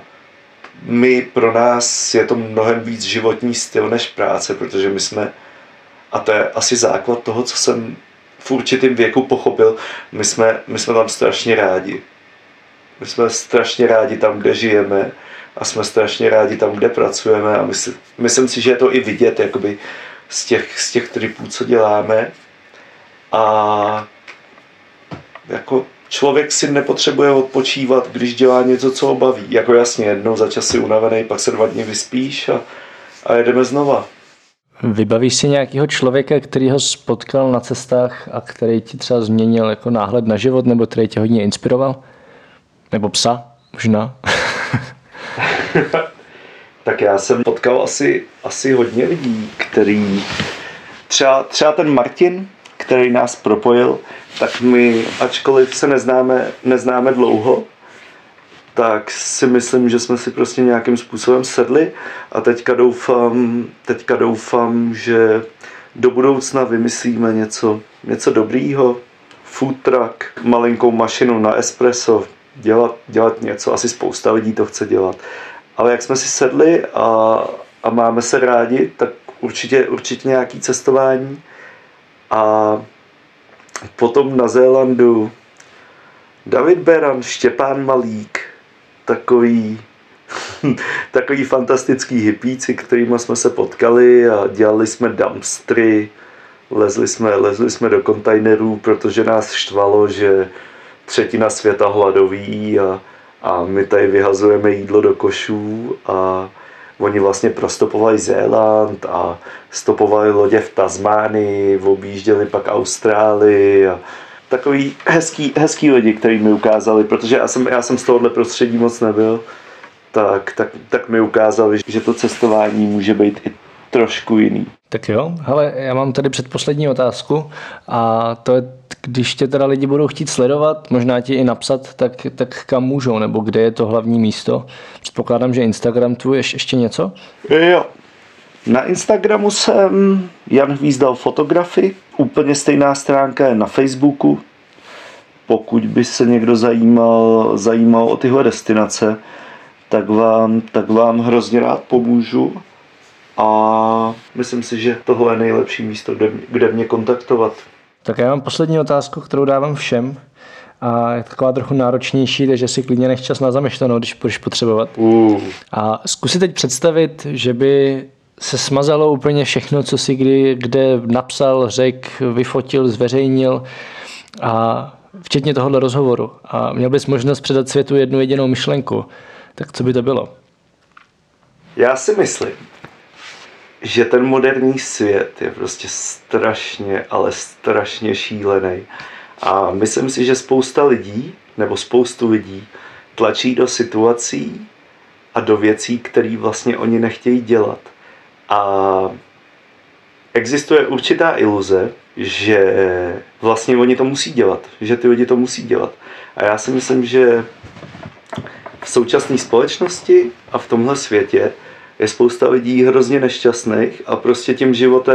pro nás je to mnohem víc životní styl než práce, protože my jsme, a to je asi základ toho, co jsem v určitým věku pochopil, my jsme tam strašně rádi. My jsme strašně rádi tam, kde žijeme a jsme strašně rádi tam, kde pracujeme a myslím si, že je to i vidět jakoby z těch tripů, co děláme. A jako člověk si nepotřebuje odpočívat, když dělá něco, co ho baví. Jako jasně, jednou za čas si unavený, pak se 2 dny vyspíš a jedeme znova. Vybavíš si nějakého člověka, který ho spotkal na cestách a který ti třeba změnil jako náhled na život, nebo který tě hodně inspiroval? Nebo psa, možná? Tak já jsem potkal asi hodně lidí, který třeba ten Martin, který nás propojil, tak my, ačkoliv se neznáme dlouho, tak si myslím, že jsme si prostě nějakým způsobem sedli a teďka doufám, že do budoucna vymyslíme něco dobrýho, food truck, malinkou mašinu na espresso, dělat něco, asi spousta lidí to chce dělat. Ale jak jsme si sedli a máme se rádi, tak určitě nějaký cestování. A potom na Zélandu David Beran, Štěpán Malík, takový fantastický hippíci, kterými jsme se potkali a dělali jsme dumpstry, lezli jsme do kontejnerů, protože nás štvalo, že třetina světa hladoví a my tady vyhazujeme jídlo do košů a oni vlastně prostopovali Zéland a stopovali lodě v Tasmánii, objížděli pak Austrálii a takový hezký lidi, který mi ukázali, protože já jsem z tohohle prostředí moc nebyl, tak mi ukázali, že to cestování může být i trošku jiný. Tak jo, hele, já mám tady předposlední otázku a to je, když tě teda lidi budou chtít sledovat, možná ti i napsat, tak kam můžou, nebo kde je to hlavní místo? Předpokládám, že Instagram tu ještě něco? Jo. Na Instagramu jsem Jan Hvízdal Fotografy, úplně stejná stránka je na Facebooku. Pokud by se někdo zajímal o tyhle destinace, tak vám hrozně rád pomůžu. A myslím si, že tohle je nejlepší místo, kde mě kontaktovat. Tak já mám poslední otázku, kterou dávám všem. A je taková trochu náročnější, takže si klidně nech čas na zamyšlenou, když budeš potřebovat. A zkus si teď představit, že by se smazalo úplně všechno, co si kde napsal, řekl, vyfotil, zveřejnil, a včetně tohohle rozhovoru. A měl bys možnost předat světu jednu jedinou myšlenku. Tak co by to bylo? Já si myslím, že ten moderní svět je prostě strašně, ale strašně šílený. A myslím si, že spoustu lidí tlačí do situací a do věcí, které vlastně oni nechtějí dělat. A existuje určitá iluze, že vlastně oni to musí dělat, že ty lidi to musí dělat. A já si myslím, že v současné společnosti a v tomhle světě je spousta lidí hrozně nešťastných a prostě tím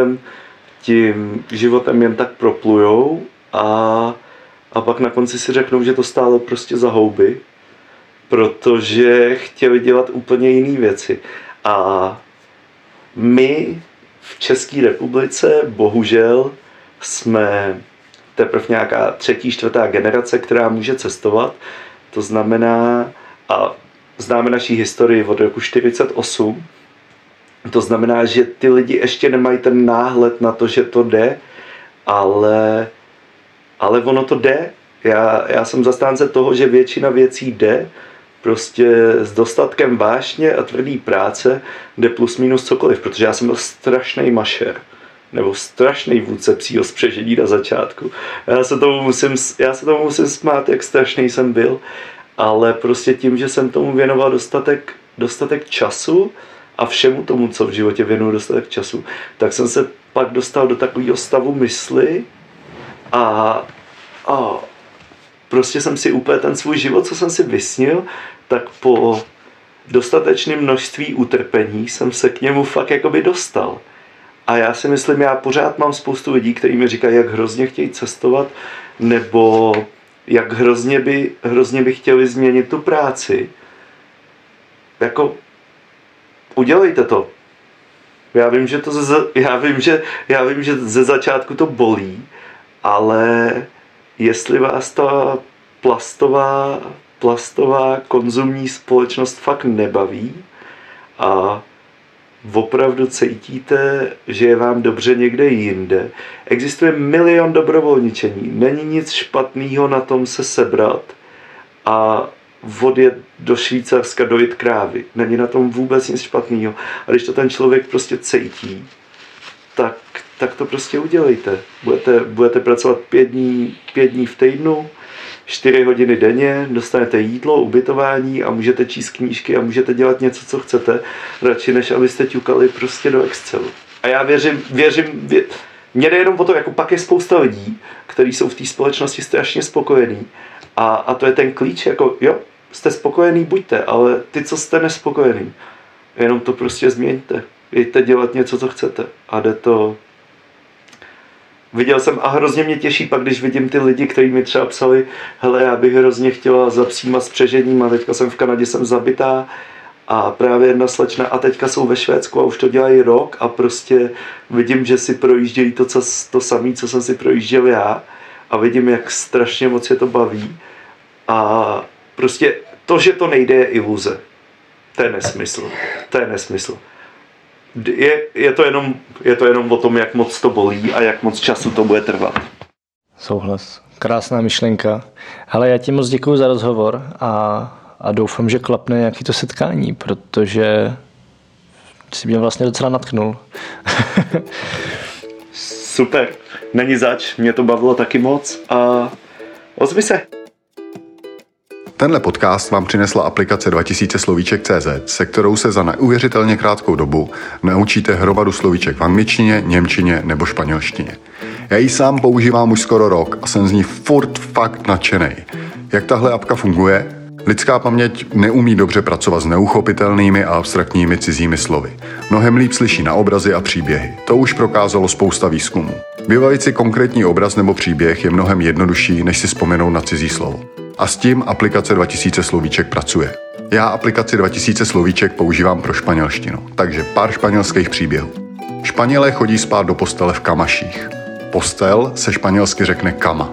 životem jen tak proplujou a pak na konci si řeknou, že to stálo prostě za houby, protože chtěli dělat úplně jiné věci. A my v České republice bohužel jsme teprve nějaká 3., 4. generace, která může cestovat. To znamená, a známe naší historii od roku 1948, to znamená, že ty lidi ještě nemají ten náhled na to, že to jde, ale ono to jde. Já jsem zastánce toho, že většina věcí jde, prostě s dostatkem vášně a tvrdý práce jde plus minus cokoliv, protože já jsem byl strašný mašer, nebo strašný vůdce psího spřežení na začátku. Já se tomu musím smát, jak strašný jsem byl, ale prostě tím, že jsem tomu věnoval dostatek času a všemu tomu, co v životě věnuju dostatek času, tak jsem se pak dostal do takového stavu mysli a prostě jsem si úplně ten svůj život, co jsem si vysnil, tak po dostatečném množství utrpení jsem se k němu fakt jakoby dostal. A já si myslím, já pořád mám spoustu lidí, kteří mi říkají, jak hrozně chtějí cestovat, nebo jak hrozně by chtěli změnit tu práci. Jako, udělejte to. Já vím, že ze začátku to bolí, ale jestli vás ta plastová konzumní společnost fakt nebaví a opravdu cítíte, že je vám dobře někde jinde. Existuje milion dobrovolničení, není nic špatného na tom se sebrat a odjet do Švýcarska dojít krávy. Není na tom vůbec nic špatného. A když to ten člověk prostě cítí, tak to prostě udělejte. Budete pracovat 5 dní v týdnu, 4 hodiny denně, dostanete jídlo, ubytování a můžete číst knížky a můžete dělat něco, co chcete, radši než abyste ťukali prostě do Excelu. A já věřím, mně jde jenom o to, jako pak je spousta lidí, kteří jsou v té společnosti strašně spokojení a to je ten klíč, jako jo, jste spokojený, buďte, ale ty, co jste nespokojený, jenom to prostě změňte. Jděte dělat něco, co chcete a jde to. Viděl jsem a hrozně mě těší pak, když vidím ty lidi, kteří mi třeba psali, hele, já bych hrozně chtěla zapsímat s přežením a teďka jsem v Kanadě, jsem zabitá a právě jedna slečna a teďka jsou ve Švédsku a už to dělají rok a prostě vidím, že si projíždějí to samé, co jsem si projížděl já a vidím, jak strašně moc je to baví a prostě to, že to nejde, je iluze. To je nesmysl. Je to jenom o tom, jak moc to bolí a jak moc času to bude trvat. Souhlas. Krásná myšlenka. Hele, já ti moc děkuju za rozhovor a doufám, že klapne nějaký to setkání, protože si mě vlastně docela natknul. Super. Není zač, mě to bavilo taky moc a ozvi se. Tenhle podcast vám přinesla aplikace 2000 slovíček.cz, se kterou se za neuvěřitelně krátkou dobu naučíte hromadu slovíček v angličtině, němčině nebo španělštině. Já ji sám používám už skoro rok a jsem z ní furt fakt nadšenej. Jak tahle apka funguje? Lidská paměť neumí dobře pracovat s neuchopitelnými a abstraktními cizími slovy. Mnohem líp slyší na obrazy a příběhy. To už prokázalo spousta výzkumů. Vybavit si konkrétní obraz nebo příběh je mnohem jednodušší, než si vzpomenout na cizí slovo. A s tím aplikace 2000 slovíček pracuje. Já aplikaci 2000 slovíček používám pro španělštinu, takže pár španělských příběhů. Španělé chodí spát do postele v kamaších. Postel se španělsky řekne cama.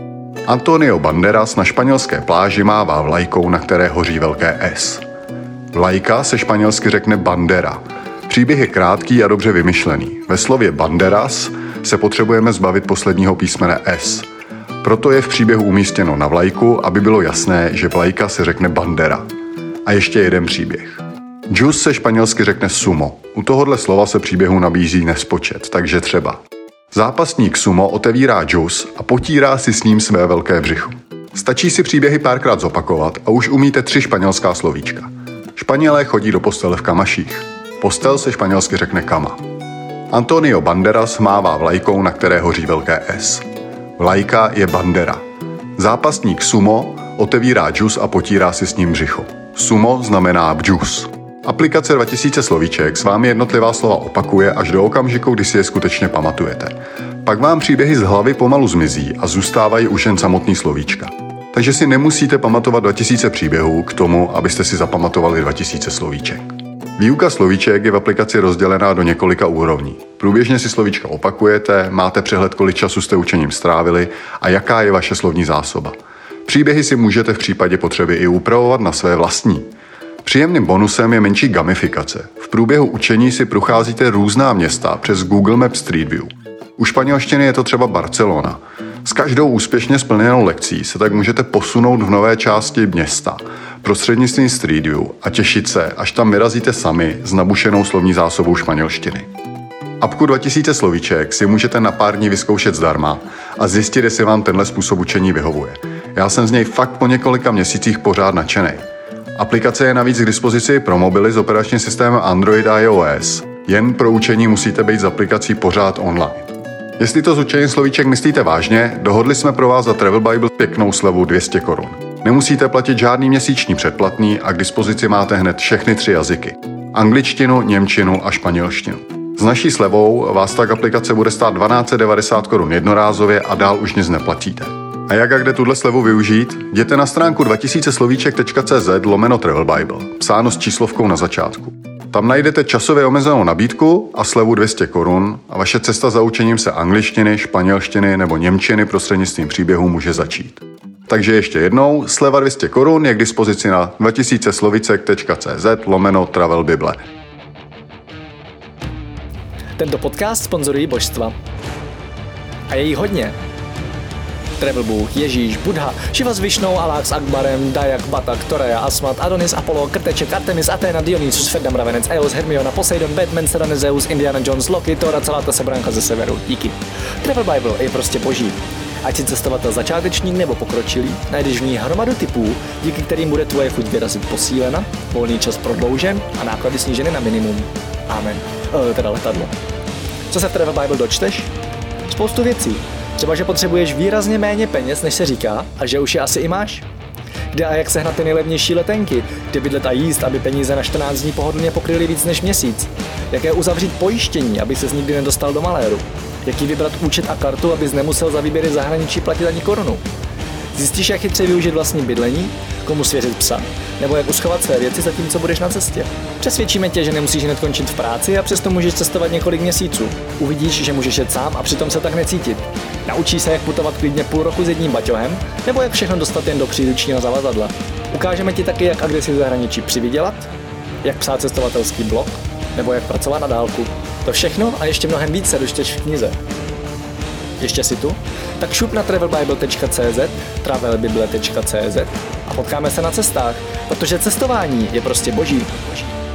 Antonio Banderas na španělské pláži mává vlajkou, na které hoří velké S. Vlajka se španělsky řekne bandera. Příběh je krátký a dobře vymyšlený. Ve slově Banderas se potřebujeme zbavit posledního písmene S. Proto je v příběhu umístěno na vlajku, aby bylo jasné, že vlajka se řekne bandera. A ještě jeden příběh. Džus se španělsky řekne sumo. U tohohle slova se příběhu nabízí nespočet, takže třeba zápasník sumo otevírá džus a potírá si s ním své velké břicho. Stačí si příběhy párkrát zopakovat a už umíte 3 španělská slovíčka. Španělé chodí do postele v kamaších. Postel se španělsky řekne cama. Antonio Banderas mává vlajkou, na které hoří velké S. Vlajka je bandera. Zápasník sumo otevírá džus a potírá si s ním břicho. Sumo znamená džus. Aplikace 2000 slovíček s vámi jednotlivá slova opakuje až do okamžiku, kdy si je skutečně pamatujete. Pak vám příběhy z hlavy pomalu zmizí a zůstávají už jen samotný slovíčka. Takže si nemusíte pamatovat 2000 příběhů k tomu, abyste si zapamatovali 2000 slovíček. Výuka slovíček je v aplikaci rozdělená do několika úrovní. Průběžně si slovíčka opakujete, máte přehled, kolik času jste učením strávili a jaká je vaše slovní zásoba. Příběhy si můžete v případě potřeby i upravovat na své vlastní. Příjemným bonusem je menší gamifikace. V průběhu učení si procházíte různá města přes Google Maps Street View. U španělštiny je to třeba Barcelona. S každou úspěšně splněnou lekcí se tak můžete posunout v nové části města prostřednictvím Street View a těšit se, až tam vyrazíte sami s nabušenou slovní zásobou španělštiny. Apku 2000 slovíček si můžete na pár dní vyzkoušet zdarma a zjistit, jestli vám tenhle způsob učení vyhovuje. Já jsem z něj fakt po několika měsících pořád nadšenej. Aplikace je navíc k dispozici pro mobily s operačním systémem Android a iOS. Jen pro učení musíte být z aplikací pořád online. Jestli to s učením slovíček myslíte vážně, dohodli jsme pro vás za Travel Bible pěknou slevu 200 Kč. Nemusíte platit žádný měsíční předplatný a k dispozici máte hned všechny 3 jazyky. Angličtinu, němčinu a španělštinu. S naší slevou vás tak aplikace bude stát 1290 Kč jednorázově a dál už nic neplatíte. A jak a kde tuhle slevu využít? Jděte na stránku 2000slovíček.cz/Travel Bible, psáno s číslovkou na začátku. Tam najdete časově omezenou nabídku a slevu 200 Kč a vaše cesta za učením se angličtiny, španělštiny nebo němčiny prostřednictvím příběhů může začít. Takže ještě jednou, sleva 200 Kč je k dispozici na 2000slovíček.cz/Travel Bible. Tento podcast sponzorují božstva. A je jí hodně. Travel Bůh, Ježíš, Buddha, Šiva s Višnou, Alák s Akbarem, Dajak, Batak, Toreja, Asmat, Adonis, Apollo, Krteček, Artemis, Athena, Dionysus, Ferdam, Ravenec, Eos, Hermiona, Poseidon, Batman, Serena, Zeus, Indiana Jones, Loki, Thor a celá ta sebranka ze severu. Díky. Travel Bible je prostě boží. Ať si cestovatel začátečník nebo pokročilý, najdeš v ní hromadu tipů, díky kterým bude tvoje chuť vyrazit posílena, volný čas prodloužen a náklady sníženy na minimum. Amen. Teda letadlo. Co se v Travel Bible dočteš? Spoustu věcí. Třeba, že potřebuješ výrazně méně peněz, než se říká, a že už je asi i máš. Kde a jak sehnat ty nejlevnější letenky, kde bydlet a jíst, aby peníze na 14 dní pohodlně pokryly víc než měsíc. Jaké uzavřít pojištění, aby ses nikdy nedostal do maléru. Jaký vybrat účet a kartu, abys nemusel za výběry zahraničí platit ani korunu. Zjistíš, jak chytře využít vlastní bydlení, komu svěřit psa, nebo jak uschovat své věci zatímco budeš na cestě. Přesvědčíme tě, že nemusíš hned končit v práci a přesto můžeš cestovat několik měsíců. Uvidíš, že můžeš jet sám a přitom se tak necítit. Naučíš se, jak putovat klidně půl roku s jedním baťohem, nebo jak všechno dostat jen do příručního zavazadla. Ukážeme ti taky, jak a kde si v zahraničí přivydělat, jak psát cestovatelský blog, nebo jak pracovat na dálku. To všechno a ještě mnohem víc se dočteš v knize. Ještě si tu? Tak šup na travelbible.cz, travelbible.cz a potkáme se na cestách, protože cestování je prostě boží.